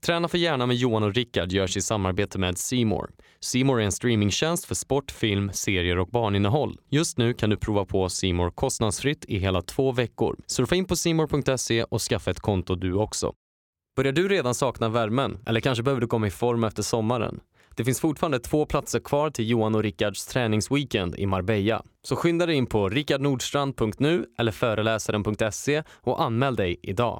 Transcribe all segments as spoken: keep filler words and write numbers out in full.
Träna för hjärnan med Johan och Rickard görs i samarbete med C More. C More är en streamingtjänst för sport, film, serier och barninnehåll. Just nu kan du prova på C More kostnadsfritt i hela två veckor. Surfa in på c more punkt se och skaffa ett konto du också. Börjar du redan sakna värmen? Eller kanske behöver du komma i form efter sommaren? Det finns fortfarande två platser kvar till Johan och Rickards träningsweekend i Marbella. Så skynda dig in på rickard nordstrand punkt nu eller föreläsaren punkt se och anmäl dig idag.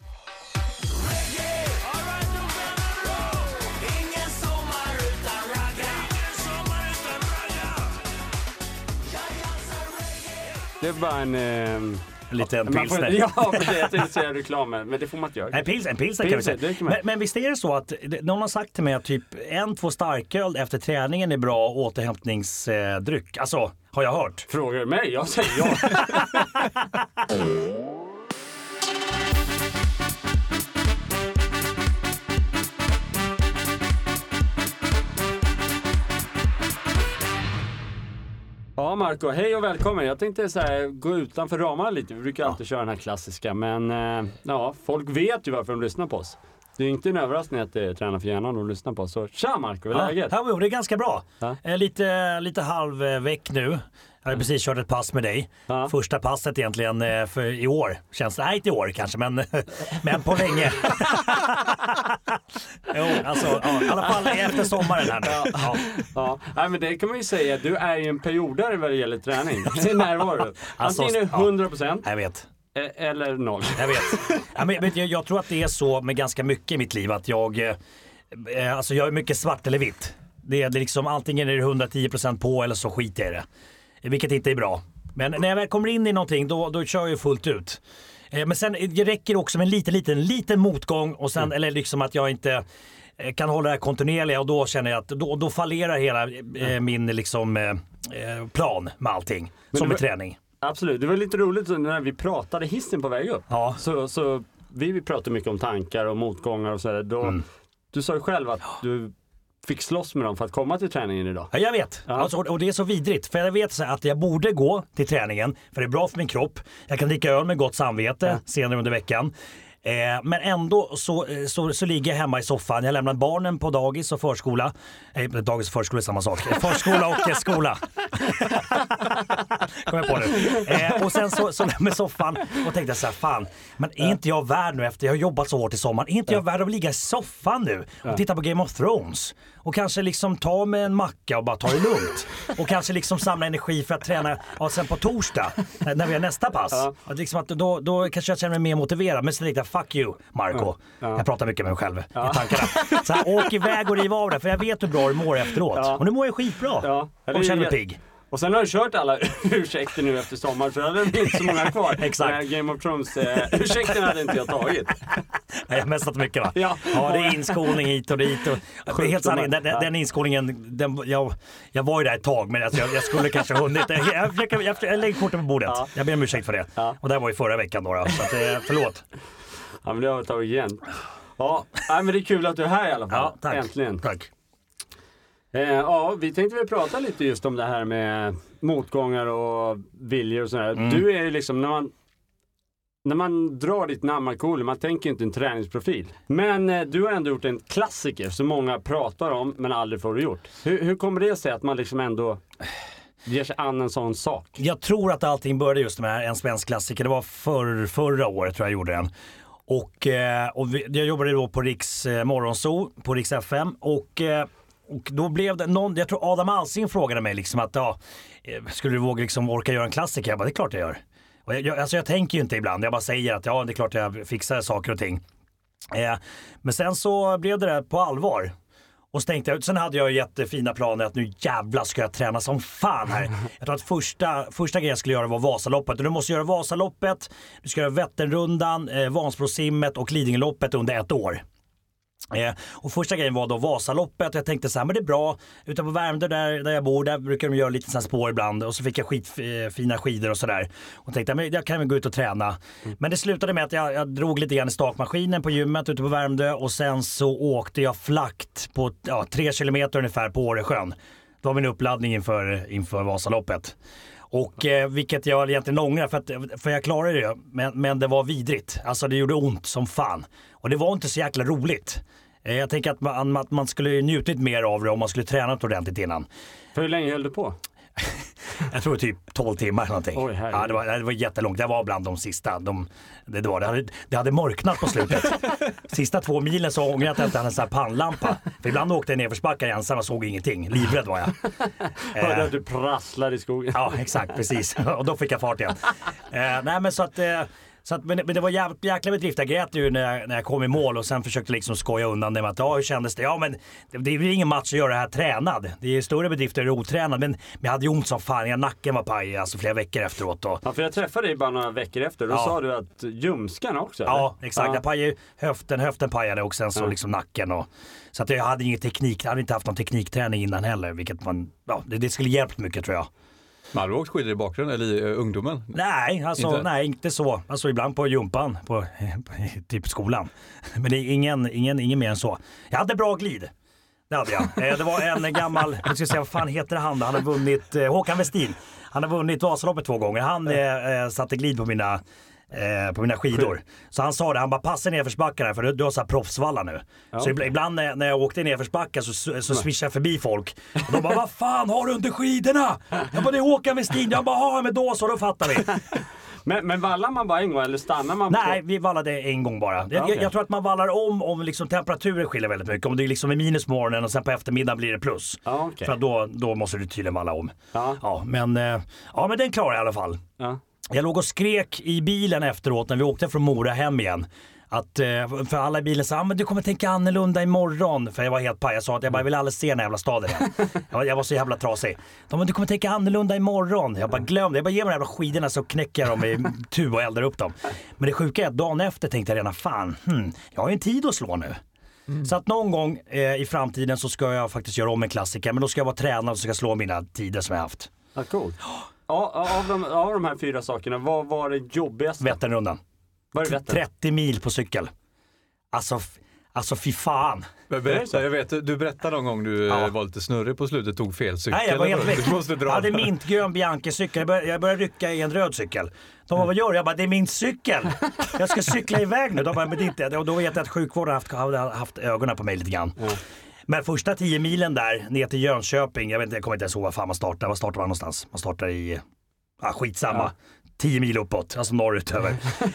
Det är bara en... Eh... Lite en pilsner. Får, ja, för det, jag tänkte säga reklamen, men det får man inte göra. En pilsner, en pilsner kan vi säga. Men, men visst är det så att någon har sagt till mig att typ en, två starköl efter träningen är bra återhämtningsdryck. Alltså, har jag hört? Frågar du mig? Jag säger ja. Ja, Marco, hej och välkommen. Jag tänkte så här, gå utanför ramarna lite. Vi brukar alltid ja. köra den här klassiska, men eh, ja, folk vet ju varför de lyssnar på oss. Det är inte en överraskning att det är Träna för hjärnan de lyssnar på oss. Så tja Marco, hur är läget? Ja, det är ganska bra. Ja. Eh, lite, lite halvväck nu. Jag har precis kört ett pass med dig. Ja. Första passet egentligen för i år. Känns det, nej inte i år kanske, men, men på länge. Jo, alltså, ja, i alla fall efter sommaren här nu. Ja. Ja. Ja. Nej, men det kan man ju säga. Du är ju en periodare vad det gäller träning. Det är närvaro. Antingen är hundra procent. Ja, jag vet. Eller noll. Jag vet. Ja, men, jag, jag tror att det är så med ganska mycket i mitt liv. Att jag, eh, alltså jag är mycket svart eller vitt. Det är liksom antingen är det hundratio procent på eller så skiter jag i det. Vilket inte är bra. Men när jag väl kommer in i någonting då, då kör jag fullt ut. Eh, men sen det räcker också med en liten, liten, liten motgång. Och sen, mm. Eller liksom att jag inte eh, kan hålla det här kontinuerligt. Och då känner jag att då, då fallerar hela eh, min liksom, eh, plan med allting. Men som med var, träning. Absolut. Det var lite roligt när vi pratade hissen på väg upp. Ja. Så, så vi, vi pratade mycket om tankar och motgångar och sådär. Då, mm. Du sa ju själv att du fick slåss med dem för att komma till träningen idag. Ja, jag vet. Ja. Alltså, och det är så vidrigt. För jag vet så att jag borde gå till träningen. För det är bra för min kropp. Jag kan dricka öl med gott samvete ja. senare under veckan. Eh, men ändå så, så, så ligger jag hemma i soffan. Jag lämnar barnen på dagis och förskola. Eh, dagis och förskola är samma sak. Förskola och eh, skola. Kommer jag på nu. Eh, och sen så, så med soffan och tänkte så här, fan, men är inte jag värd nu efter jag har jobbat så hårt i sommaren? Är inte jag värd att ligga i soffan nu och titta på Game of Thrones? Och kanske liksom ta med en macka och bara ta det lugnt. Och kanske liksom samla energi för att träna och sen på torsdag när vi har nästa pass. Ja. Att liksom att då, då kanske jag känner mig mer motiverad. Men så tänkte jag, fuck you Marco. Ja. Ja. Jag pratar mycket med mig själv ja. i tankarna. Så här, åk iväg och riv av det. För jag vet hur bra du mår efteråt. Ja. Och nu mår jag skitbra. Ja. Och känner mig pigg. Och sen har du kört alla ursäkter nu efter sommar så hade det inte så många kvar. Exakt. Game of Thrones eh, ursäkten hade inte jag tagit. Jag har messat mycket va? Ja. Ja, det är inskolning hit och dit. Och, helt sanning, den, ja. den inskolningen, den, jag, jag var ju där ett tag men alltså, jag, jag skulle kanske ha hunnit. Jag, jag, jag, jag, jag lägger korten på bordet. Ja. Jag ber om ursäkt för det. Ja. Och det var ju förra veckan då, då så att, eh, förlåt. Ja, men det har jag tagit igen. Ja, men det är kul att du är här i alla fall. Ja, tack. Äntligen. Tack. Eh, ja, vi tänkte väl prata lite just om det här med motgångar och viljor och sådär. Mm. Du är ju liksom, när man, när man drar ditt namn Markoolio, man tänker inte en träningsprofil. Men eh, du har ändå gjort en klassiker som många pratar om men aldrig får det gjort. Hur, hur kommer det sig att man liksom ändå ger sig an en sån sak? Jag tror att allting började just med en svensk klassiker. Det var för, förra året tror jag gjorde den. Och, eh, och vi, jag jobbade då på Riks eh, Morgonzoo, på Riks F M och... Eh, Och då blev det någon, jag tror Adam Alsing frågade mig liksom att ja, skulle du våga liksom orka göra en klassiker? Jag bara, det är klart jag gör. Och jag, jag, alltså jag tänker ju inte ibland, jag bara säger att ja, det är klart jag fixar saker och ting. Eh, men sen så blev det där på allvar. Och så tänkte jag, sen hade jag jättefina planer att nu jävla ska jag träna som fan här. Jag tror att första, första grejen jag skulle göra var Vasaloppet. Och du måste göra Vasaloppet, du ska göra Vätternrundan, eh, Vansbrosimmet och Lidingöloppet under ett år. Eh, och första grejen var då Vasaloppet och jag tänkte så här, men det är bra utan på Värmdö där, där jag bor, där brukar de göra lite sån spår ibland och så fick jag skitfina skidor och sådär och tänkte, men jag kan väl gå ut och träna mm. men det slutade med att jag, jag drog lite grann i stakmaskinen på gymmet ute på Värmdö och sen så åkte jag flakt på ja, tre kilometer ungefär på Åresjön. Det var min uppladdning inför, inför Vasaloppet. Och eh, vilket jag egentligen ångrar för, att, för jag klarade det men, men det var vidrigt, alltså det gjorde ont som fan och det var inte så jäkla roligt Jag tänker att man, att man skulle njutit mer av det om man skulle träna ordentligt innan. För hur länge höll du på? Jag tror typ tolv timmar eller någonting. Oj, ja, det, var, det var jättelångt. Det var bland de sista. De, det, det, var, det, hade, det hade mörknat på slutet. Sista två milen så ångrade jag att jag inte hade en sån här pannlampa. För ibland åkte jag nerförsbackar ensam och såg ingenting. Livrädd var jag. Hörde att du prasslar i skogen. Ja, exakt. Precis. Och då fick jag fart igen. Eh, nej, men så att... Eh, Så att, men, men det var jävla, jäkla bedrift. Jag grät ju när jag, när jag kom i mål och sen försökte liksom skoja undan det med att ja, hur kändes det? Ja, men det, det är ju ingen match att göra det här tränad. Det är större bedrifter att göra otränad. Men, men jag hade ju ont som fan. Jag nacken var paj alltså flera veckor efteråt. Och... Ja, för jag träffade dig bara några veckor efter. Då ja. sa du att ljumskan också? Eller? Ja, exakt. Ja. Jag pajade höften, höften pajade och sen så ja. liksom nacken. Och, så att jag hade ingen teknik. Jag hade inte haft någon teknikträning innan heller. Vilket man, ja, det, det skulle hjälpt mycket tror jag. Men har du åkt skidor i bakgrunden eller i uh, ungdomen? Nej, alltså, inte? nej, inte så. Alltså ibland på jumpan, på, på typ skolan. Men det är ingen, ingen, ingen mer än så. Jag hade bra glid. Det hade jag. Eh, det var en gammal, jag ska säga, vad fan heter han? Han har vunnit, eh, Håkan Westin. Han har vunnit Vasaloppet två gånger. Han eh, satte glid på mina... Eh, på mina skidor. Så han sa det, han bara passa nerförsbackarna för du, du har så här proffsvallar nu. Ja, så okay. ibland när, när jag åkte nerförsbackar så, så, så swishade jag förbi folk. Och de bara, vad fan har du under skidorna? Jag bara, det är Håkan Westin. Jag bara, ja men då så, då fattar vi. Men, men vallar man bara en gång eller stannar man? Nej, på... vi vallade en gång bara. Jag, okay. jag, jag tror att man vallar om om liksom temperaturen skiljer väldigt mycket. Om det är liksom i minus morgonen och sen på eftermiddagen blir det plus. Okay. För då, då måste du tydligen valla om. Ja. Ja, men, ja, men den klarar jag i alla fall. Ja. Jag låg och skrek i bilen efteråt när vi åkte från Mora hem igen. Att, för alla i bilen sa, ah, men du kommer tänka annorlunda imorgon. För jag var helt paj, jag sa att jag bara vill aldrig se den jävla staden igen. jag, var, jag var så jävla trasig. De men du kommer tänka annorlunda imorgon. Jag bara glöm det, jag bara ger mig de jävla skidorna så knäcker jag dem i tu och eldar upp dem. Men det sjuka är att dagen efter tänkte jag redan, fan, hmm, jag har ju en tid att slå nu. Mm. Så att någon gång eh, i framtiden så ska jag faktiskt göra om en klassiker. Men då ska jag vara tränad och ska slå mina tider som jag haft. Ja, coolt. Ja, av, de, av de här fyra sakerna, vad var det jobbigaste? Vätternrundan. Var det Vättern? trettio mil på cykel. Alltså, alltså fy fan. Berätta, jag vet, du berättade någon gång du ja. var lite snurrig på slutet, tog fel cykel. Nej, jag var helt väck. Du måste dra. Jag hade mintgrön Bianchi-cykel. Jag började, jag började rycka i en röd cykel. De bara, vad gör du? Jag bara, det är min cykel. Jag ska cykla iväg nu. De bara, men det är inte. Och då vet jag att sjukvården haft, hade haft ögonen på mig lite grann. Mm. Men första tio milen där, ner till Jönköping, jag vet inte, jag kommer inte ens ihåg vad fan man startar. Vad startar man någonstans? Man startar i, ah, skitsamma. Ja. tio mil uppåt, alltså norrut över.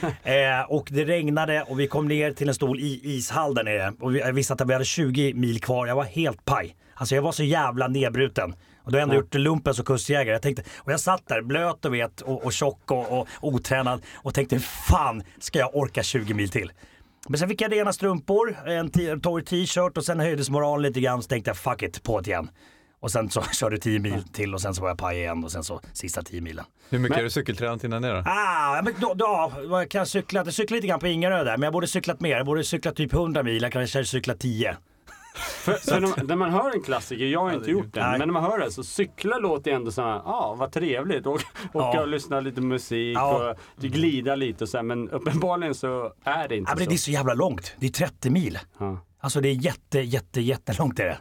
eh, och det regnade och vi kom ner till en stor i- ishall där nere. Och vi, jag visste att vi hade tjugo mil kvar. Jag var helt paj. Alltså jag var så jävla nedbruten. Och då har jag ändå ja. gjort lumpen som kustjägare. Jag tänkte, och jag satt där blöt och vet och, och tjock och, och otränad. Och tänkte, fan ska jag orka tjugo mil till? Men sen fick jag rena strumpor, en t- torr t-shirt och sen höjdes moralen lite grann. Så tänkte jag, fuck it, på det igen. Och sen så körde tio mil till och sen så var jag paj igen och sen så sista tio milen. Hur mycket men, är du cykeltränat innan det då? Ah, men då, då kan jag cykla. Jag cyklade lite grann på Ingarö där, men jag borde cyklat mer. Jag borde cyklat typ hundra mil, jag kanske cykla tio. För, för när, när man hör en klassiker, jag har inte gjort den, nej. men när man hör det så cykla låter ändå så här, ja ah, vad trevligt. Och, och ja. lyssna lite musik ja. och du glida lite och så här, men uppenbarligen så är det inte ja, men så. Det är så jävla långt, det är trettio mil. Ja. Alltså det är jätte, jätte, jättelångt är det.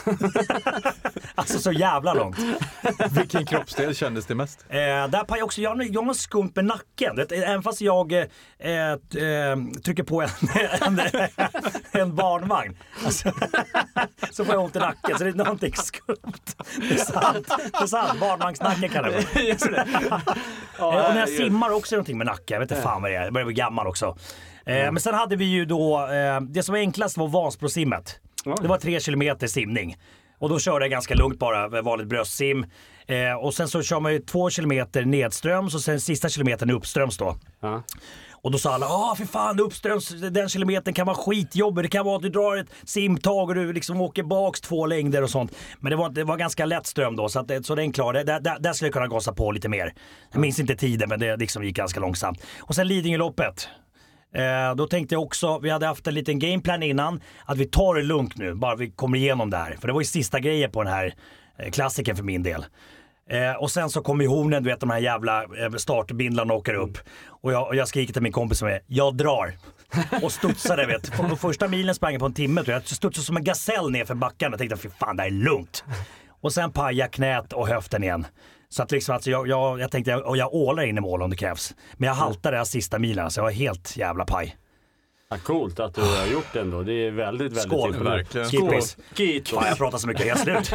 Alltså så jävla långt. Vilken kroppsdel kändes det mest? Eh, där på jag också, jag, jag har skumt med nacken. Det, även fast jag eh, eh, trycker på en, en, en barnvagn alltså, så får jag ont i nacken. Så det är någonting skumt. Det är sant. Det är sant. Barnvagnsnacken kan det vara. eh, och när jag simmar också är någonting med nacken. Jag vet inte fan vad det är. Jag börjar bli gammal också. Eh, mm. Men sen hade vi ju då, eh, det som var enklast var Vansbrosimmet. Det var tre kilometer simning. Och då körde jag ganska lugnt bara, vanligt bröstsim. Eh, och sen så kör man ju två kilometer nedströms och sen sista kilometern uppströms då. Ja. Och då sa alla, ja för fan uppströms, den kilometern kan vara skitjobbig. Det kan vara att du drar ett simtag och du liksom åker baks två längder och sånt. Men det var, det var ganska lätt ström då, så, att, så den klarade. Där, där, där skulle jag kunna gasa på lite mer. Jag minns inte tiden, men det liksom gick ganska långsamt. Och sen Lidingöloppet. Eh, då tänkte jag också, vi hade haft en liten gameplan innan, att vi tar det lugnt nu, bara vi kommer igenom det här. För det var ju sista grejen på den här eh, klassiken för min del. Eh, och sen så kommer ju hornen, du vet de här jävla eh, startbindlarna åker upp. Och jag, och jag skriker till min kompis som är, jag drar. Och studsade, vet. På första milen sprang jag på en timme, tror jag. Jag studsade som en gasell ner för backen och tänkte, fy fan det här är lugnt. Och sen paja knät och höften igen. Så att liksom, alltså jag, jag, jag tänkte, och jag ålar in i mål om det krävs. Men jag haltade där sista milen, så jag var helt jävla paj. Ja, coolt att du har gjort det ändå. Det är väldigt, väldigt Skål, imponerande. verkligen. Skål. Skål. Fan, jag pratar så mycket, jag är slut.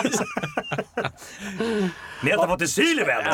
Ni har inte fått en syl i världen.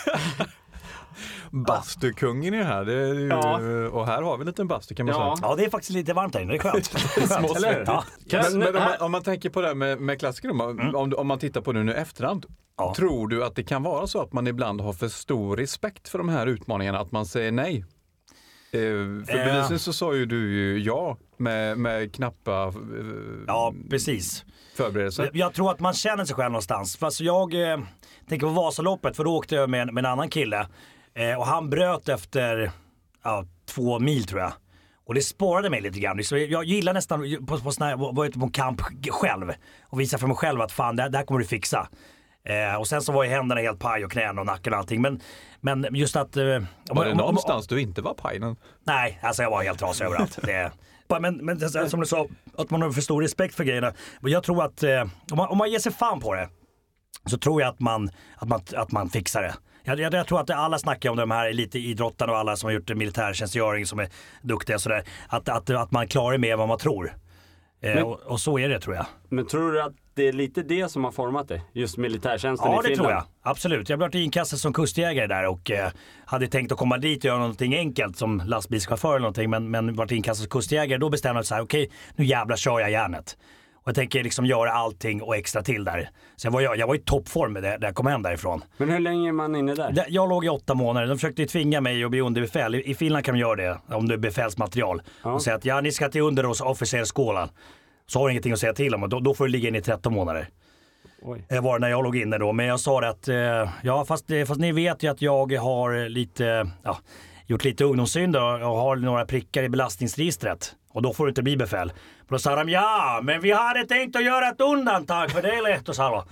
Bastukungen är här. Det är ju, Ja. Och här har vi en liten bastu kan man Ja. säga. Ja, det är faktiskt lite varmt här inne. Det är skönt. Det är skönt. Eller hur? Ja. Kan- Men, men om, här- man, om man tänker på det här med, med klassiker, om, man- om, om man tittar på det nu i efterhand. Ja. Tror du att det kan vara så att man ibland har för stor respekt för de här utmaningarna, att man säger nej? Eh, för Eh. bevisligen så sa ju du ju ja med, med knappa eh, Ja, precis. förberedelser. Jag tror att man känner sig själv någonstans. Fast jag eh, tänker på Vasaloppet, för då åkte jag med, med en annan kille. Eh, och han bröt efter ja, två mil tror jag. Och det spårade mig lite grann. Så jag gillar nästan på, på, sån här, vara ute på en kamp själv. Och visa för mig själv att fan, det, det här kommer du fixa. Eh, och sen så var ju händerna helt paj och knän och nacken och allting. Men, men just att... Eh, om, Var det om- om- någonstans du inte var pajnen? Nej, alltså jag var helt trasig överallt. Det, men, men det är så här, som du sa, att man har för stor respekt för grejerna. Och jag tror att eh, om, man, om man ger sig fan på det, så tror jag att man, att man, att man fixar det. Jag, jag, jag tror att alla snackar om de här elitidrottarna och alla som har gjort militärtjänstgöring som är duktiga och sådär. Att, att, att man klarar mer än vad man tror. Eh, Men- och, och så är det tror jag. Men tror du att det är lite det som har format det? Just militärtjänsten Ja, i det Finland? tror jag. Absolut. Jag blev inkastad som kustjägare där och eh, hade tänkt att komma dit och göra någonting enkelt som lastbilschaufför eller någonting. Men, men vart inkastad som kustjägare, då bestämde jag så här, okej, nu jävlar kör jag järnet. Och jag tänker liksom göra allting och extra till där. Så jag var, jag, jag var i toppform med det när jag kom hem därifrån. Men hur länge är man inne där? Det- Jag låg i åtta månader. De försökte ju tvinga mig att bli underbefäl. I, I Finland kan man göra det om du är befälsmaterial. Ja. Och säga att ja, ni ska till under hos officerskolan. Så har du ingenting att säga till om och då, då får du ligga inne i tretton månader. Oj. Det var när jag låg inne då. Men jag sa det att, eh, ja fast, eh, fast ni vet ju att jag har lite, ja, gjort lite ungdomssynd och har några prickar i belastningsregistret. Och då får du inte bli befäl. Och då sa de, ja men vi hade tänkt att göra ett undantag för det är lätt och så.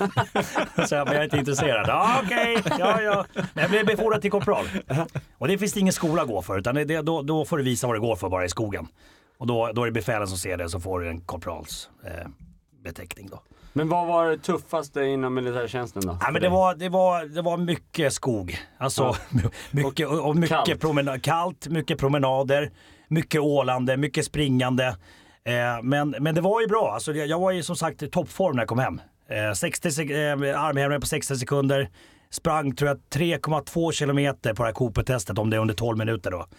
Så jag, men jag är inte intresserad. Ja okej, okay. ja ja. Men jag blev befordrad till korpral. Och det finns det ingen skola att gå för. Utan det, då, då får du visa vad det går för bara i skogen. Och då, då är det befälen som ser det, så får du en korprals eh, beteckning då. Men vad var det tuffaste inom militärtjänsten då? Ja, men det, var, det, var, det var mycket skog. Alltså, mycket, och, och mycket kallt. promenad, kallt, mycket promenader, mycket ålande, mycket springande. Eh, men, men det var ju bra. Alltså, jag, jag var ju som sagt i toppform när jag kom hem. Eh, sextio sek- eh, armhävningar på sextio sekunder. Sprang tror jag tre komma två kilometer på det här Cooper-testet, om det är under tolv minuter då.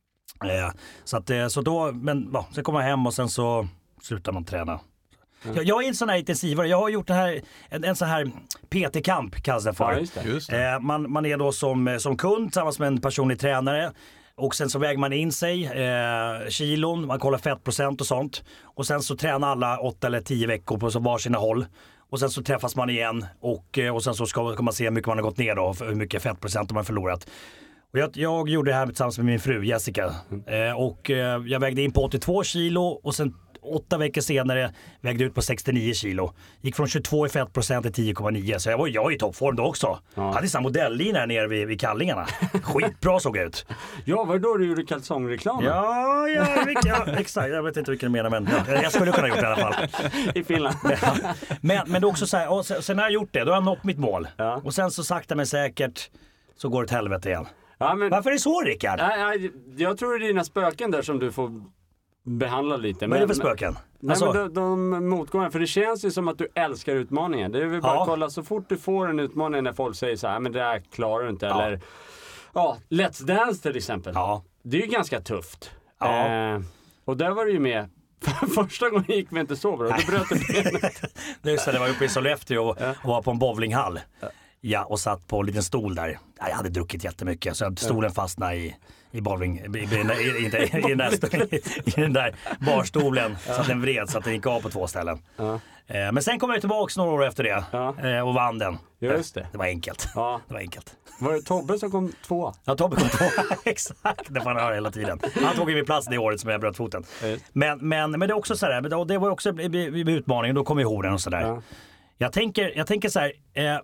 Eh, så, att, eh, så då, men ja, sen kom jag hem och sen så slutar man träna. Jag, jag är en sån här intensivare. Jag har gjort det här, en, en sån här P T-kamp kallas det för. Ja, just det. Just det. Eh, man, man är då som, som kund tillsammans med en personlig tränare. Och sen så väger man in sig, eh, kilon, man kollar fettprocent och sånt. Och sen så tränar alla åtta eller tio veckor på så varsina håll. Och sen så träffas man igen och, eh, och sen så ska, ska man se hur mycket man har gått ner då, hur mycket fettprocent man har förlorat. Och jag, jag gjorde det här tillsammans med min fru Jessica. Eh, och eh, jag vägde in på åttiotvå kilo och sen åtta veckor senare vägde ut på sextionio kilo. Gick från tjugotvå i fettprocent till tio komma nio. Så jag var jag i toppform då också. Ja. Hade samma modelllinje här nere vid, vid kallingarna. Skitbra såg jag ut. Ja, var det då du gjorde kalsongreklam? Ja, ja, vilk- ja, exakt. Jag vet inte vilken du menar, men ja, jag skulle kunna gjort det i alla fall. I Finland. Men, men det är också så här, och sen, sen har jag gjort det, då har jag nått mitt mål. Ja. Och sen så sakta men säkert så går det till helvete igen. Ja, men, Varför är det så, Rickard? nej, nej, jag tror det är dina spöken där som du får behandla lite. Vad är det för spöken? Nej, Alltså, men de, de motgångar, för det känns ju som att du älskar utmaningen. Det är väl bara Ja. att kolla, så fort du får en utmaning när folk säger så här, men det här klarar du inte. Ja. Eller, ja, Let's Dance till exempel. ja. Det är ju ganska tufft. Ja. Eh, och där var du ju med. Första gången gick vi inte så bra, då bröt du benet. Det är så, det var uppe i Sollefteå och, och var på en bowlinghall. Ja, och satt på en liten stol där. Ja, jag hade druckit jättemycket så stolen fastnade i, i bowling, i, i, i, inte, i, den där, i, i den där barstolen så att den vred så att den gick av på två ställen. Ja. Eh, men sen kom jag tillbaka några år efter det Ja. eh, och vann den. Just det. Det var enkelt. Ja. Det var enkelt. Var det Tobbe som kom tvåa? Ja, Tobbe kom på. Exakt, det får han höra hela tiden. Han tog ju min plats det året som jag bröt foten. Ja. Men, men, men det är också så här, och det var också en utmaning, då kom ju horden och sådär. Ja. Jag tänker, jag tänker så här, eh,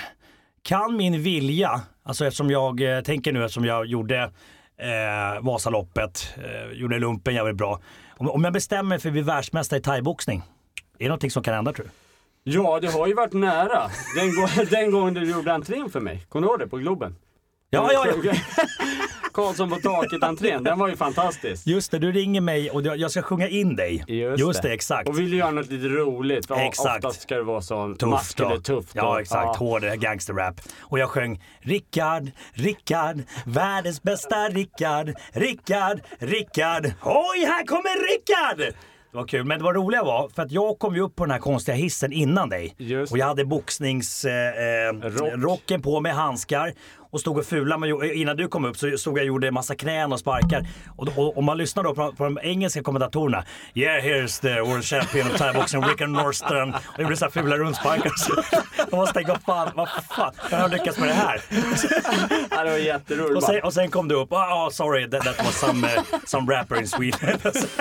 kan min vilja, alltså eftersom jag eh, tänker nu eftersom jag gjorde eh, Vasaloppet, eh, gjorde lumpen jävligt bra. Om, om jag bestämmer mig för att bli världsmästare i thaiboxning, är det någonting som kan hända tror du? Ja, det har ju varit nära. Den, gå- den gången du gjorde entrén för mig. Kommer du ihåg det på Globen? Ja, ja, ja. Karlsson på taket entrén, den var ju fantastisk. Just det, du ringer mig och jag ska sjunga in dig. Just, Just det. det, exakt. Och vill du göra något lite roligt, för exakt. oftast ska det vara så Tufft maskulint, tufft. Ja, och, exakt. Ja. Hård gangsterrap. Och jag sjöng Rickard, Rickard, världens bästa Rickard, Rickard, Rickard. Oj, här kommer Rickard! Det var kul, men det var roliga var för att jag kom ju upp på den här konstiga hissen innan dig. Just. Och jag hade boxningsrocken eh, Rock. rocken på med handskar och stod och fula. Men innan du kom upp så stod jag och gjorde en massa knän och sparkar. Och, och, och man lyssnar då på, på de engelska kommentatorerna. Yeah, here's the world champion of thaiboxing, Rickard Norström. Och gjorde så här fula rundsparkar. Jag måste tänka, vad fan, vad fan, jag har lyckats med det här. Ja, det var jätteroligt. Och sen, och sen kom du upp, oh sorry, that, that was some, uh, some rapper in Sweden.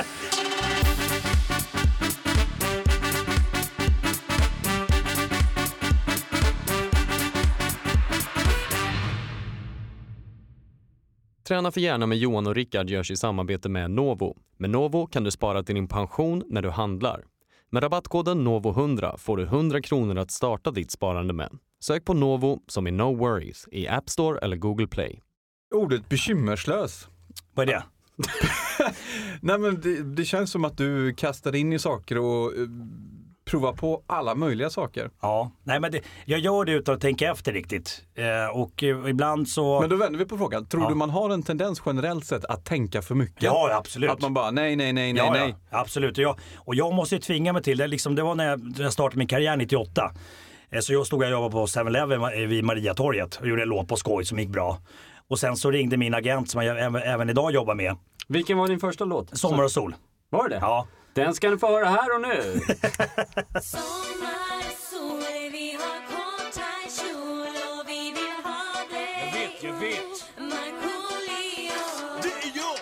Träna för gärna med Johan och Rickard görs i samarbete med Novo. Med Novo kan du spara till din pension när du handlar. Med rabattkoden Novo hundra får du hundra kronor att starta ditt sparande med. Sök på Novo som är No Worries i App Store eller Google Play. Ordet bekymmerslös. Vad är det? Nej, men det, det känns som att du kastar in i saker och uh, provar på alla möjliga saker. Ja, nej men det, jag gör det utan att tänka efter riktigt. Eh, och eh, ibland så... Men då vänder vi på frågan. Tror Ja. du man har en tendens generellt sett att tänka för mycket? Ja, absolut. Att man bara nej, nej, nej, nej, ja, nej. Ja, absolut. Och jag, och jag måste ju tvinga mig till det. Liksom, det var när jag, när jag startade min karriär nittioåtta. Eh, så jag stod och jobbade på seven eleven vid Mariatorget och gjorde en låt på skoj som gick bra. Och sen så ringde min agent som jag även, även idag jobbar med. Vilken var din första låt? Sommar och sol. Var det? Ja. Den ska ni få höra här och nu. Sommar, sol, vi har kontaktkjol och vi vill ha dig. Jag vet, jag vet. Markoolio. Det är jag!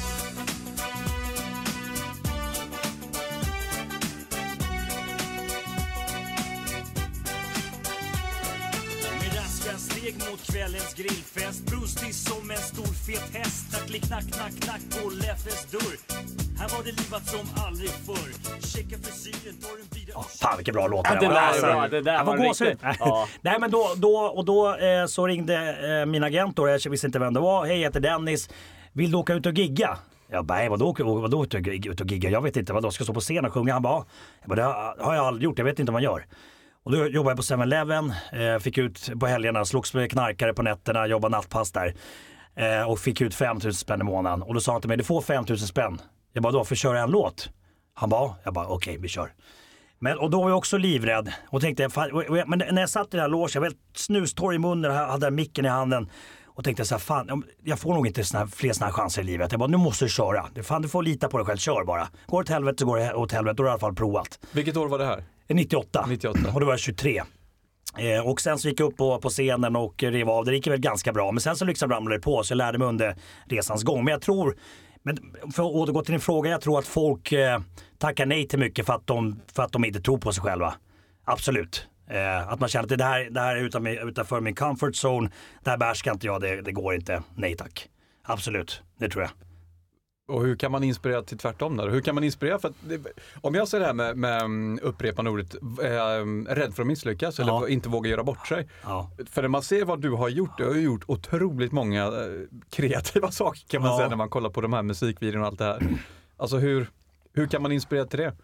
Med raska steg mot kvällens grillfest, brustig som en stor fet häst. Knacklig knack, knack, knack på Leffes dörr. Här var det livat som aldrig förr. Checka frisyren, tar en bira. Oh, fan vilken bra låt Ja, det det var. där Alltså, är bra. Det där jag var får gåshud. riktigt. Ja. Nej men då, då och då eh, så ringde eh, min agent då, jag visste inte vem det var. Hej, jag heter Dennis. Vill du åka ut och gigga? Jag bara, nej, vadå, vadå ut, och, ut och gigga? Jag vet inte, vadå, ska stå på scen och sjunga? Han bara, jag bara, det har jag aldrig gjort, jag vet inte vad man gör. Och då jobbade jag på seven eleven, eh, fick ut på helgerna, slogs med knarkare på nätterna, jobbade nattpass där. Eh, och fick ut fem tusen spänn i månaden. Och då sa han till mig, du får fem tusen spänn. Jag bara, då för att köra en låt? Han bara, jag bara, okej, okay, vi kör. Men, och då var jag också livrädd. Och tänkte, fan, och, och, men när jag satt i den här logen, jag var helt snustorr i munnen, hade micken i handen. Och tänkte så här, fan, jag får nog inte såna här, fler såna här chanser i livet. Jag bara, nu måste du köra. Fan, du får lita på dig själv, kör bara. Går det åt helvete så går det åt helvete, då har du i alla fall provat. Vilket år var det här? nittioåtta. nittioåtta. Och då var jag tjugotre. Eh, och sen så gick jag upp på, på scenen och rev av. Det gick väl ganska bra. Men sen så liksom ramlade det på, så jag lärde mig under resans gång. Men jag tror, men för att återgå till din fråga, jag tror att folk eh, tackar nej till mycket för att, de, för att de inte tror på sig själva. Absolut. Eh, att man känner att det här, det här är utan, utanför min comfort zone. Det här behärskar inte jag, det, det går inte. Nej tack. Absolut, det tror jag. Och hur kan man inspirera till tvärtom där? Hur kan man inspirera? För att det, om jag säger det här med, med upprepande ordet, äh, rädd för att misslyckas, ja. Eller inte våga göra bort sig. Ja. För när man ser vad du har gjort, du har gjort otroligt många äh, kreativa saker kan man ja. säga när man kollar på de här musikvideorna och allt det här. Alltså hur, hur kan man inspirera till det?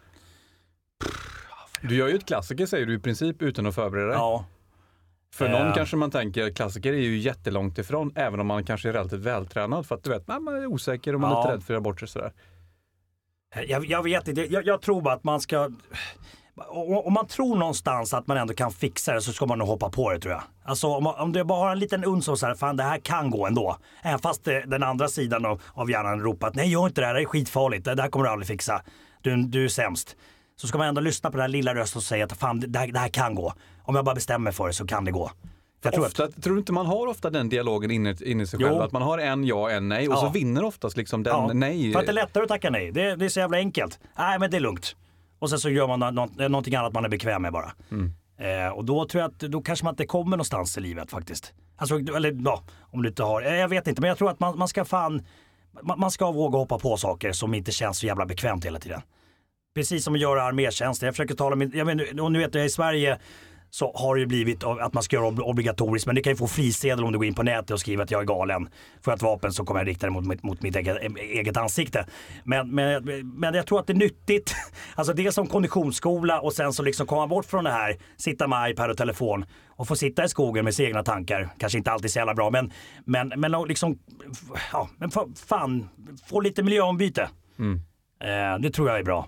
Du gör ju ett klassiker säger du i princip utan att förbereda dig. Ja. För någon äh. kanske man tänker, klassiker är ju jättelångt ifrån, även om man kanske är relativt vältränad, för att du vet, nej, man är osäker och man är ja. lite rädd för att göra bort sig sådär. Jag, jag vet inte, jag, jag tror bara att man ska, om man tror någonstans att man ändå kan fixa det så ska man nog hoppa på det tror jag. Alltså om, om det bara har en liten uns som så här, fan det här kan gå ändå. Även fast det, den andra sidan av, av hjärnan ropar att nej gör inte det här, det är skitfarligt, det här kommer du aldrig fixa. Du, du är sämst. Så ska man ändå lyssna på den här lilla rösten och säga att fan det här, det här kan gå. Om jag bara bestämmer mig för det så kan det gå. Jag tror, ofta, att... tror du inte man har ofta den dialogen inne, inne i sig själv? Jo. Att man har en ja, en nej och ja. så vinner oftast liksom den ja. nej. För att det är lättare att tacka nej. Det, det är så jävla enkelt. Nej men det är lugnt. Och sen så gör man något, någonting annat man är bekväm med bara. Mm. Eh, och då tror jag att då kanske man inte kommer någonstans i livet faktiskt. Alltså, eller ja, om du inte har. Jag vet inte men jag tror att man, man ska fan man, man ska våga hoppa på saker som inte känns så jävla bekvämt hela tiden. Precis som att göra armétjänst. Jag försöker tala med, jag vet, och nu vet jag i Sverige så har det ju blivit att man ska göra ob- obligatoriskt. Men det kan ju få frisedel om du går in på nätet och skriver att jag är galen. För ett vapen så kommer jag rikta det mot, mot, mot mitt eget, eget ansikte. Men, men, men jag tror att det är nyttigt. Alltså det är som konditionsskola och sen så liksom komma bort från det här. Sitta med iPad och telefon och få sitta i skogen med sina egna tankar. Kanske inte alltid så jävla bra, men, men, men liksom, ja, men fan, få lite miljöombyte. Mm. Eh, det tror jag är bra.